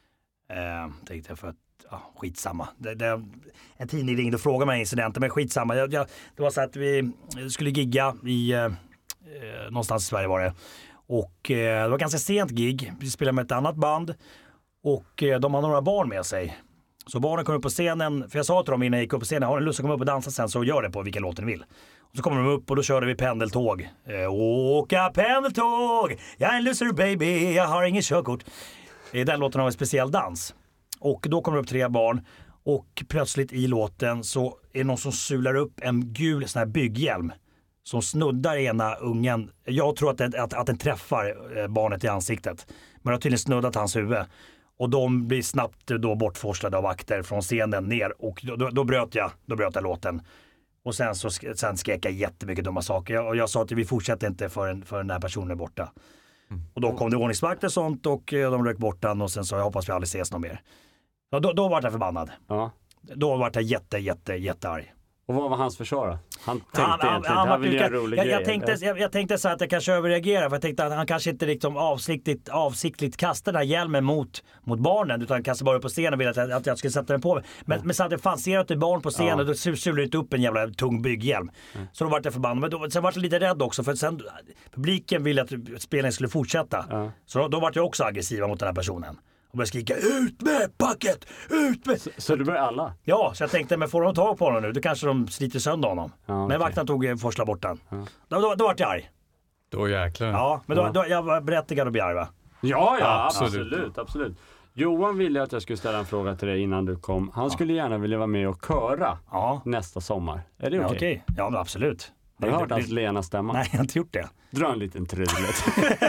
Eh, tänkte jag för att, ja, skitsamma. Det, det, en tidning ringde och frågade mig incidenter, men skitsamma. Jag, jag, det var så att vi skulle gigga i, eh, någonstans i Sverige var det. Och eh, det var ganska sent gig. Vi spelade med ett annat band. Och eh, de hade några barn med sig. Så barnen kom upp på scenen, för jag sa till dem innan jag gick upp på scenen, har ni lust att komma upp och dansa sen så gör det på vilken låt ni vill. Och så kommer de upp och då körde vi pendeltåg. Eh, åka pendeltåg, jag är en loser baby, jag har ingen körkort. I den låten har vi en speciell dans. Och då kommer det upp tre barn och plötsligt i låten så är det någon som sular upp en gul sån här bygghjälm som snuddar ena ungen. Jag tror att, det, att, att den träffar barnet i ansiktet, men det har tydligen snuddat hans huvud. Och de blir snabbt då bortforslade av vakter från scenen ner. Och då, då, då, bröt, jag, då bröt jag låten. Och sen, så, sen skrek jag jättemycket dumma saker. Och jag sa att vi fortsätter inte förrän, förrän den här personen är borta. Mm. Och då kom det ordningsvakter och sånt och de rök bort den. Och sen sa jag hoppas vi aldrig ses någon mer. Och då, då var jag förbannad. Ja. Då var jag jätte, jätte, jättearg. Och vad var hans försvar då? Han tänkte han, egentligen, han, han vill göra rolig jag, grej. Jag tänkte, jag, jag tänkte så att jag kanske överreagerar, för jag tänkte att han kanske inte liksom avsiktligt, avsiktligt kastade den här hjälmen mot, mot barnen, utan kastade bara upp på scenen och ville att, jag, att jag skulle sätta den på mig. Men, mm. men så att det fanns ser att det är barn på scenen, ja. Då sular det inte upp en jävla tung bygghjälm. Mm. Så då var jag förbannad. Men då, sen var jag lite rädd också, för sen publiken ville att spelningen skulle fortsätta. Ja. Så då, då var jag också aggressiv mot den här personen. Och började skrika ut med packet, ut med... Så, så det började alla? Ja, så jag tänkte, men får de tag på honom nu, då kanske de sliter sönder honom. Ja, okay. Men vakten tog forsla bort den. Ja. Då, då, då var jag arg. Då jäklar. Ja, men då, då, jag var berättigad att bli arg, va? Ja, ja, absolut. absolut, absolut. Johan ville att jag skulle ställa en fråga till dig innan du kom. Han ja. skulle gärna vilja vara med och köra ja. nästa sommar. Är det okej? Okay? Ja, okay. Ja, men absolut. Har du hört hans lena stämma? Nej, jag har inte gjort det. Dra en liten trudelet.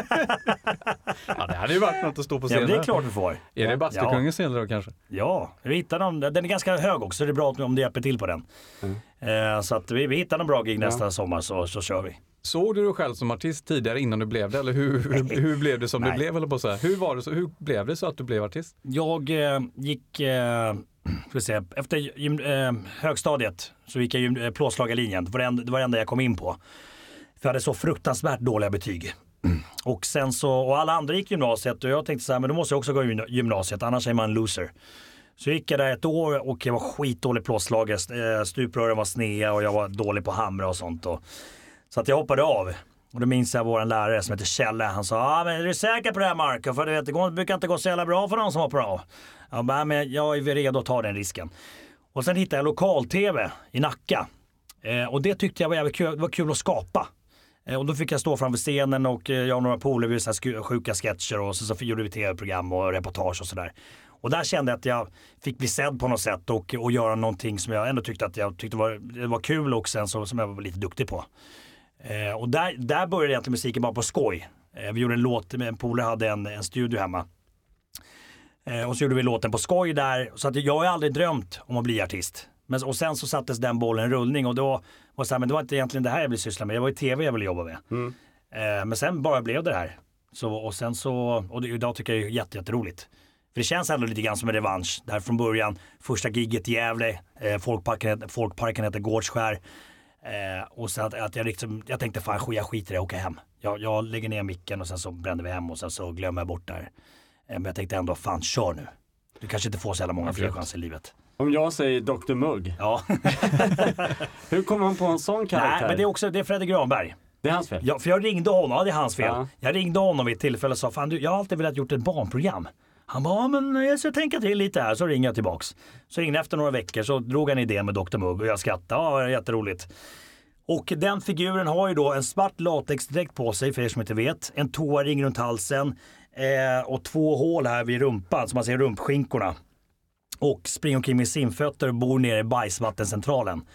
Ja, det hade ju varit något att stå på scenen. Ja, det är klart vi får. Är det Bastukungens scen då kanske? Ja, vi hittar någon. Den är ganska hög också, så det är bra om det hjälper till på den. Mm. Eh, så att vi, vi hittar någon bra gig nästa ja. sommar så, så kör vi. Såg du dig själv som artist tidigare innan du blev det? Eller hur, hur, hur blev det som Nej. du blev? Eller på så här? Hur, var det så, hur blev det så att du blev artist? Jag eh, gick... Eh, ska se, efter gym, eh, högstadiet så gick jag eh, plåtslagarlinjen. Det var det, enda, det var det enda jag kom in på. För jag hade så fruktansvärt dåliga betyg. Mm. Och sen så, och alla andra gick gymnasiet och jag tänkte så här, men då måste jag också gå i gymnasiet, annars är man en loser. Så gick jag där ett år och jag var skitdålig plåtslagare. Stuprören var snea och jag var dålig på hamra och sånt. Och, så att jag hoppade av. Och då minns jag vår lärare som heter Kjelle. Han sa, ja ah, men är du säker på det här, Marco? För du vet, det går, brukar inte gå så jävla bra för någon som hoppar av. Jag bara, men jag är redo att ta den risken. Och sen hittade jag lokal-tv i Nacka. Eh, och det tyckte jag var jävligt kul, det var kul att skapa. Eh, och då fick jag stå framför scenen och eh, jag och några polare, vi gjorde sjuka sketcher och så, så gjorde vi tv-program och reportage och sådär. Och där kände jag att jag fick bli sedd på något sätt och, och göra någonting som jag ändå tyckte att jag tyckte var, det var kul och sen så, som jag var lite duktig på. Eh, och där, där började egentligen musiken bara på skoj. Eh, vi gjorde en låt, med en polare hade en, en studio hemma. Eh, och så gjorde vi låten på skoj där. Så att jag har aldrig drömt om att bli artist. Men, och sen så sattes den bollen i rullning och då var så här, men det var inte egentligen det här jag ville syssla med. Det var ju tv jag ville jobba med. Mm. Eh, men sen bara blev det här. Så, och sen så, och det, idag tycker jag det är jätte, jätteroligt. För det känns ändå lite grann som en revansch. Där från början, första gigget i Gävle, eh, folkparken, folkparken heter Gårdskär. Eh, och så att, att jag, liksom, jag tänkte fan jag skiter i det, åka hem. Jag, jag lägger ner micken och sen så brände vi hem och sen så glömmer jag bort där. Eh, men jag tänkte ändå fan kör nu. Du kanske inte får så jävla många fler chanser i livet. Om jag säger doktor Mugg. Ja. Hur kommer man på en sån karaktär? Nej, men det är också det är Fredrik Granberg. Det är hans fel. Ja, för jag ringde honom, ja det är hans fel. Ja. Jag ringde honom vid ett tillfälle och sa, fan du, jag har alltid velat gjort ett barnprogram. Han bara, ja, men jag ska tänka till lite här. Så ringer jag tillbaks. Så ringde efter några veckor så drog han idén med doktor Mugg och jag skrattade, ja det är jätteroligt. Och den figuren har ju då en svart latexdräkt på sig, för er som inte vet. En tåring runt halsen eh, och två hål här vid rumpan, som man ser rumpskinkorna. Och springer omkring med simfötter och bor nere i bajsvattencentralen.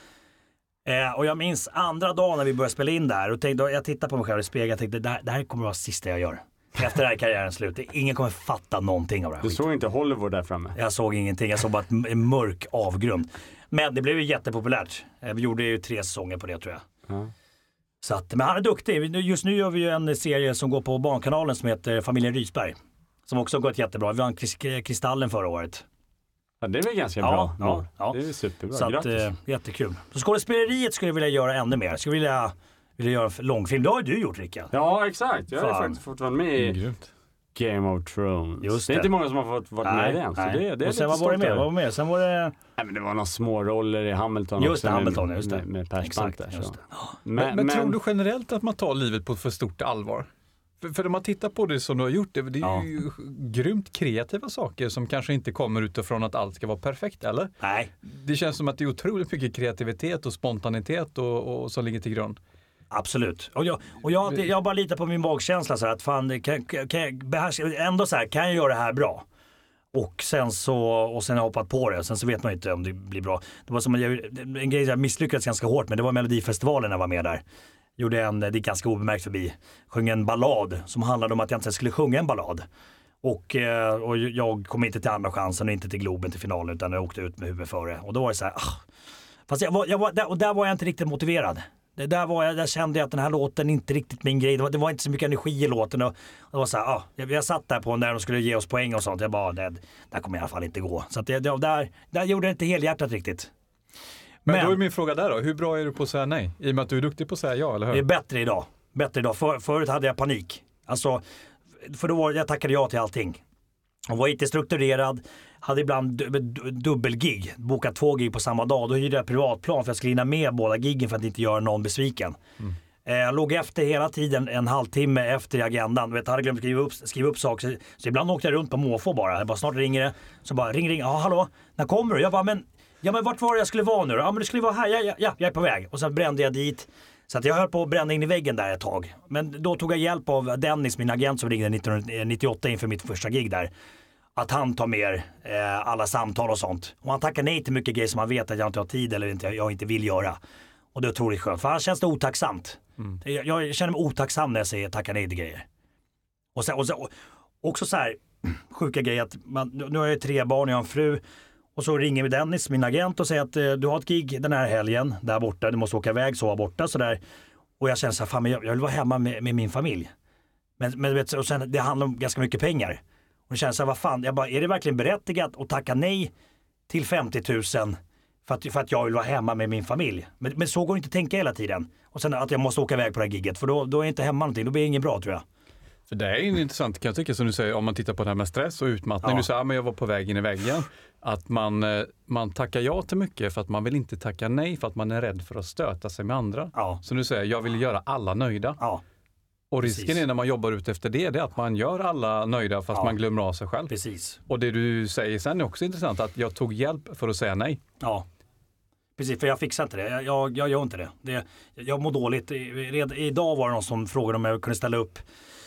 Eh, och jag minns andra dagen när vi började spela in där och tänkte, jag tittade på mig själv i spegeln och tänkte, det här, det här kommer att vara sista jag gör. Efter det här karriärens slut. Ingen kommer fatta någonting av det här. Du såg inte Hollywood där framme? Jag såg ingenting, jag såg bara ett, en mörk avgrund. Men det blev ju jättepopulärt. Vi gjorde ju tre säsonger på det tror jag. Ja. Så att, men han är duktig. Just nu gör vi ju en serie som går på Barnkanalen som heter Familjen Rysberg. Som också har gått jättebra. Vi vann Kristallen förra året. Ja, det är väl ganska Ja, bra. ja, ja. Det är superbra. Så att, Grattis. eh, jättekul. Så skådespeleriet skulle jag vilja göra ännu mer. Skulle vilja, vilja göra en långfilm. Det har ju du gjort, Rickard. Ja, exakt. Jag har Fan. faktiskt fått vara med i Grymt. Game of Thrones. Just det är det. inte många som har fått vara med i den. Så det, det är och sen lite vad var det stolt med? över. Vad var med? Sen var det... Nej, men det var några små roller i Hamilton Just också. det, med- Hamilton, just det. Med, med Per Exakt, Spant där. just Så. det. Men, Men, men, men tror du generellt att man tar livet på för stort allvar? För, för om man tittar på det som du har gjort, det, det är Ja. ju grymt kreativa saker som kanske inte kommer utifrån att allt ska vara perfekt, eller? Nej, Det känns som att det är otroligt mycket kreativitet och spontanitet och, och som ligger till grund. absolut. Och jag, och jag, har alltid- jag bara litar på min magkänsla så här, att fan, kan, kan, kan jag behärska, ändå så här, kan jag göra det här bra? Och sen så, och sen har jag hoppat på det, sen så vet man inte om det blir bra. Det var som en, en grej, jag misslyckades ganska hårt, men det var Melodifestivalen när jag var med där. Gjorde en, det är ganska obemärkt förbi, sjöng en ballad som handlade om att jag inte skulle sjunga en ballad. Och, eh, och jag kom inte till andra chansen och inte till Globen till finalen, utan jag åkte ut med huvudet före. Och då var det så här, ah. Fast jag var, jag var, där, och där var jag inte riktigt motiverad. Det där, var jag, där kände jag att den här låten inte riktigt min grej. Det var, det var inte så mycket energi i låten. Och, och det var så här, ah, jag, jag satt där på när de skulle ge oss poäng och sånt. Jag bara, det där kommer i alla fall inte gå. Så att det, det, där, där gjorde det inte helhjärtat riktigt. Men, Men- då är min fråga där då, hur bra är du på att säga nej? I och med att du är duktig på att säga ja, eller hur? Det är bättre idag. Bättre idag. För, förut hade jag panik. Alltså, för då var, jag tackade ja till allting. Och var inte strukturerad. Hade ibland du, du, dubbelgig. Bokat två gig på samma dag. Då hyrde jag privatplan för att jag skulle hinna med båda giggen för att inte göra någon besviken. Mm. Eh, jag låg efter hela tiden en halvtimme efter i agendan. Du vet, jag hade glömt skriva upp, skriva upp saker. Så, så ibland åkte jag runt på måfå bara. Jag bara, snart ringer det. Så bara, ring, ring. Ja, hallå? När kommer du? Jag bara, men... Ja, men vart var det jag skulle vara nu då? Ja, men du skulle vara här. Ja, ja, ja, jag är på väg. Och sen brände jag dit. Så att jag höll på att bränna in i väggen där ett tag. Men då tog jag hjälp av Dennis, min agent som ringde nittonhundranittioåtta inför mitt första gig där. Att han tar med eh, alla samtal och sånt. Och han tackar nej till mycket grejer som han vet att jag inte har tid eller inte, jag inte vill göra. Och det är otroligt skönt. För han känns det otacksamt. Mm. Jag, jag känner mig otacksam när jag säger tacka nej till grejer. Och, sen, och, sen, och också så här sjuka grejer att man, nu har jag tre barn och jag har en fru. Och så ringer vi Dennis, min agent, och säger att eh, du har ett gig den här helgen där borta. Du måste åka iväg, sova borta sådär. Och jag känner så här, fan men jag, jag vill vara hemma med, med min familj. Men, men vet, och sen, det handlar om ganska mycket pengar. Och jag känner så här, vad fan, jag bara, är det verkligen berättigat att tacka nej till femtio tusen för att, för att jag vill vara hemma med min familj? Men, men så går det inte att tänka hela tiden. Och sen att jag måste åka iväg på det här gigget, för då, då är jag inte hemma någonting. Då blir det inget bra tror jag. För det är ju intressant kan jag tycka som du säger om man tittar på det här med stress och utmattning. Ja. Du säger att jag var på väg in i väggen. Att man, eh, man tackar ja till mycket för att man vill inte tacka nej för att man är rädd för att stöta sig med andra. Ja. Så du säger jag vill göra alla nöjda. Ja, Och risken precis. är när man jobbar ut efter det, det är att man gör alla nöjda fast Ja. man glömmer av sig själv. precis. Och det du säger sen är också intressant att jag tog hjälp för att säga nej. Ja, precis, för jag fixar inte det. Jag, jag, jag gör inte det. det. Jag mår dåligt. Red, idag var det någon som frågade om jag kunde ställa upp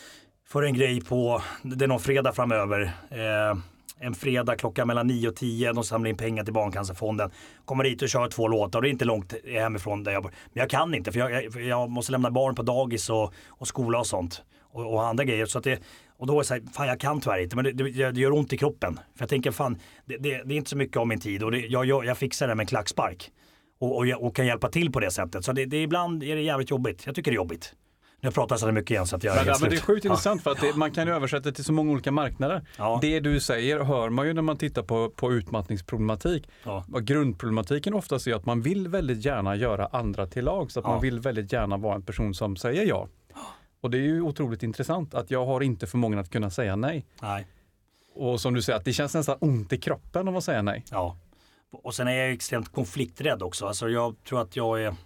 för en grej på, det är någon fredag framöver. Eh, en fredag klockan mellan nio och tio. De samlar in pengar till Barncancerfonden. Kommer dit och kör två låtar. Och det är inte långt hemifrån där jag bor. Men jag kan inte för jag, jag, jag måste lämna barn på dagis och, och skola och sånt. Och, och andra grejer. Så att det, och då är det så här, fan jag kan tyvärr inte. Men det, det, det gör ont i kroppen. För jag tänker fan, det, det, det är inte så mycket av min tid. Och det, jag, jag, jag fixar det med en klackspark. Och, och, och kan hjälpa till på det sättet. Så det, det, ibland är det jävligt jobbigt. Jag tycker det är jobbigt. Nu pratar jag så mycket igen så att jag Men, är ja, helt men det är slut. sjukt intressant för att det, man kan ju översätta det till så många olika marknader. Ja. Det du säger hör man ju när man tittar på, på utmattningsproblematik. Ja. Och grundproblematiken oftast är att man vill väldigt gärna göra andra till lag. Så att Ja. man vill väldigt gärna vara en person som säger ja. Och det är ju otroligt intressant att jag har inte förmågan att kunna säga nej. Nej. Och som du säger, att det känns nästan ont i kroppen om man säger nej. Ja. Och sen är jag extremt konflikträdd också. Alltså jag tror att jag är...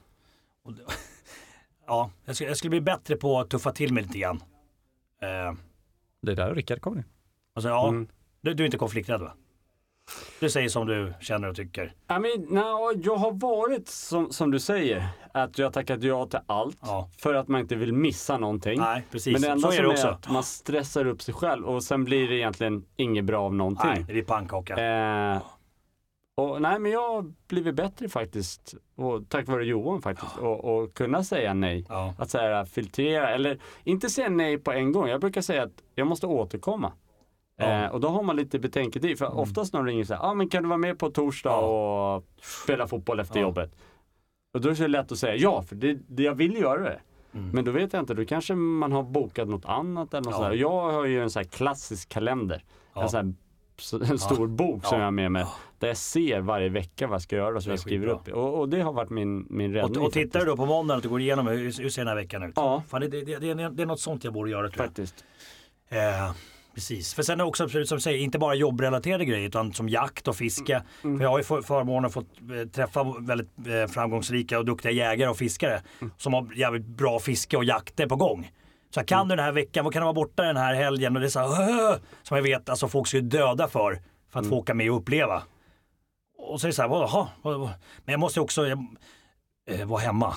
Ja, jag skulle, jag skulle bli bättre på att tuffa till mig lite grann. Eh, Det är där Rickard kommer in. alltså, ja, Mm. du, du är inte konflikträdd va? Du säger som du känner och tycker. I mean, no, jag har varit som, som du säger, att jag har tackat ja till allt Ja. för att man inte vill missa någonting. Nej, precis. Men det enda Så är som det är också. att man stressar upp sig själv och sen blir det egentligen inget bra av någonting. Nej, det blir pannkaka. Eh, och, nej, men jag har blivit bättre faktiskt, och tack vare Johan faktiskt, och, och kunna säga nej. Ja. Att så här, filtrera, eller inte säga nej på en gång. Jag brukar säga att jag måste återkomma. Ja. Eh, och då har man lite betänketid. För Mm. oftast när de ringer så här, ah, men kan du vara med på torsdag Ja. och spela fotboll efter Ja. jobbet? Och då är det lätt att säga ja, för det, det, jag vill göra det. Mm. Men då vet jag inte, då kanske man har bokat något annat eller något Ja. sådär. Och jag har ju en sån här klassisk kalender. Ja. En, sån här, så- en stor bok som Ja. jag har med mig. Där jag ser varje vecka vad jag ska göra, så Det är jag skriver skitbra. upp. Och, och det har varit min, min räddning. Och, och tittar du faktiskt. då på måndagen och du går igenom hur, hur ser den här veckan ut? Ja. Fan, det, det, det, det, är, det är något sånt jag borde göra tror jag. Faktiskt. Eh, precis. För sen är det också absolut som du säger, inte bara jobbrelaterade grejer utan som jakt och fiske. Mm. För jag har ju för, förmånen att få eh, träffa väldigt eh, framgångsrika och duktiga jägare och fiskare Mm. som har jävligt bra fiske och jakter på gång. Så här, kan Mm. du den här veckan, vad kan du vara borta den här helgen? Och det är så här, "Åh!" som jag vet, alltså folk ska ju döda för, för att Mm. få åka med och uppleva. Och så är det så här, "Jaha, vad- vad?" men jag måste också jag, eh, vara hemma.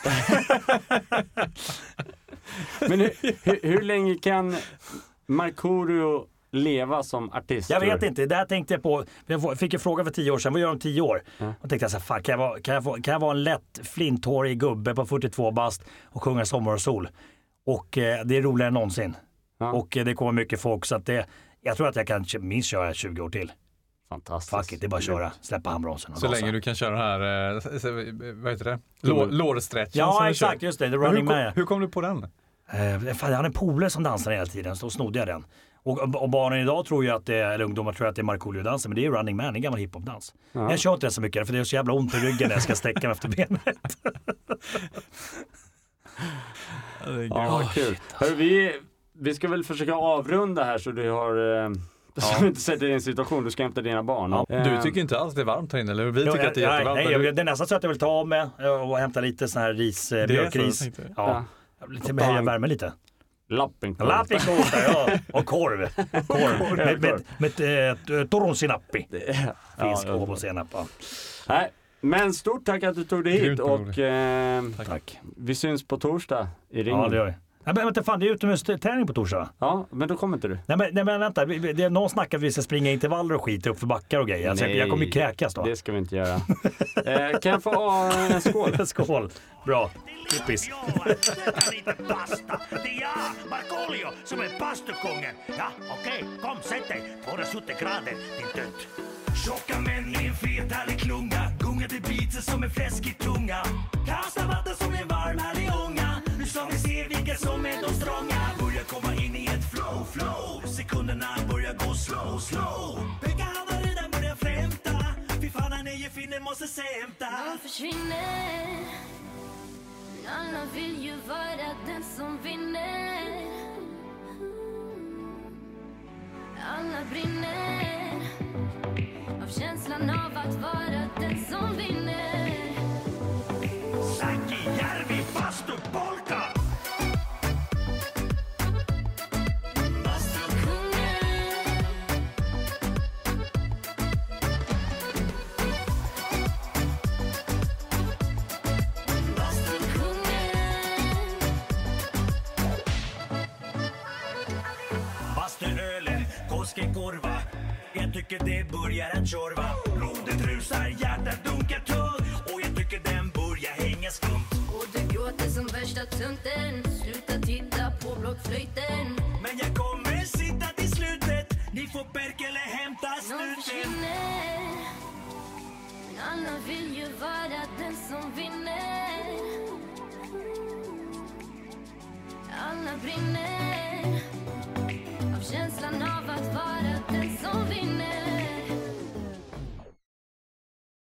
Men hur, hur, hur länge kan Markoolio leva som artist? Jag tror vet du? inte, det här tänkte jag på. Jag fick en fråga för tio år sedan, vad gör jag om tio år? Ja. Och tänkte jag så här, fan, kan jag, vara, kan, jag få, kan jag vara en lätt flinthårig gubbe på fyrtiotvå bast och sjunga Sommar och sol? Och eh, det är roligare än någonsin. Ja. Och eh, det kommer mycket folk så att det, jag tror att jag kan minst köra tjugo år till. Fantastiskt. Fuck it, det är bara att köra, släppa handbromsen och Så gasa. länge du kan köra den här, eh, s- vad heter det? Lår, lårstretchen som Ja du exakt, kör. just det, The Men hur, Running kom, Man. hur kom du på den? Eh, fan, jag hade en polare som dansade hela tiden, så snodde jag den. Och, och barnen idag tror ju att det är, eller ungdomar tror att det är Markoolio-dansen, men det är ju Running Man, det är en gammal hiphop-dans. Ja. Jag kör inte den så mycket för det är så jävla ont i ryggen när jag ska sträcka mig efter benet. Ja, kul. Hör, vi, vi ska väl försöka avrunda här så du har... Eh, så du inte sätter dig i en situation, du ska hämta dina barn. Ja. Eh, Du tycker inte alls det är varmt här inne, eller? Vi Jo, tycker att det är nej, jättevarmt. nej, men jag, du- det är nästan så att jag vill ta av mig och hämta lite sån här ris, eh, Det är så björkris. jag tänkte. Ja. Jag vill till och med höja värmen lite. Lappinkorv. Lappinkorv, ja. Och korv. korv. Med, med, med, med toronsinappi. Ja, Fisk ja. och senap. Ja. Nej, men stort tack att du tog dig hit Grymt och eh, Tack. vi syns på torsdag i ringen. Ja, det gör vi. Nej, men vänta, fan, det är utomhusträning på torsdag va? Ja, men då kommer inte du. Nej men, nej, men vänta, vi- vi- det är någon snackar att vi ska springa intervaller och skit upp för backar och grejer. Alltså, jag, jag kommer ju kräkas då. Det ska vi inte göra. eh, kan jag få ha en skål? Skål. Bra. Tippis. Lite pasta. Det är jag, Markoolio, som är pastukungen. Ja, okej, kom sätt dig. tvåhundrasjuttio grader, din tönt. Tjocka män i en fet härlig klunga. Gunga till beatsen som en fläskig tunga. Kasta vatten som en varm härlig ånga. Nu ska vi se vilka som är de strånga. Börjar komma in i ett flow, flow. Sekunderna börjar gå slow, slow. Bägge han har redan börjat flämta. Fy fan, han är ju finnen, måste sämta. De försvinner. Alla vill ju vara den som vinner. Alla brinner av känslan av att vara den som vinner. Saki Järvi pastupolka. Bastuöle, koskenkorva. Jag tycker det börjar att tjorva. Blodet rusar, hjärtat dunkar tungt. Och jag tycker den börjar hänga skumt. Och du gråter som värsta tunten. Sluta titta på blockflöjten. Men jag kommer sitta till slutet. Ni får Perkele hämta De snuten. försvinner. Men alla vill ju vara den som vinner. Alla brinner av känslan av att vara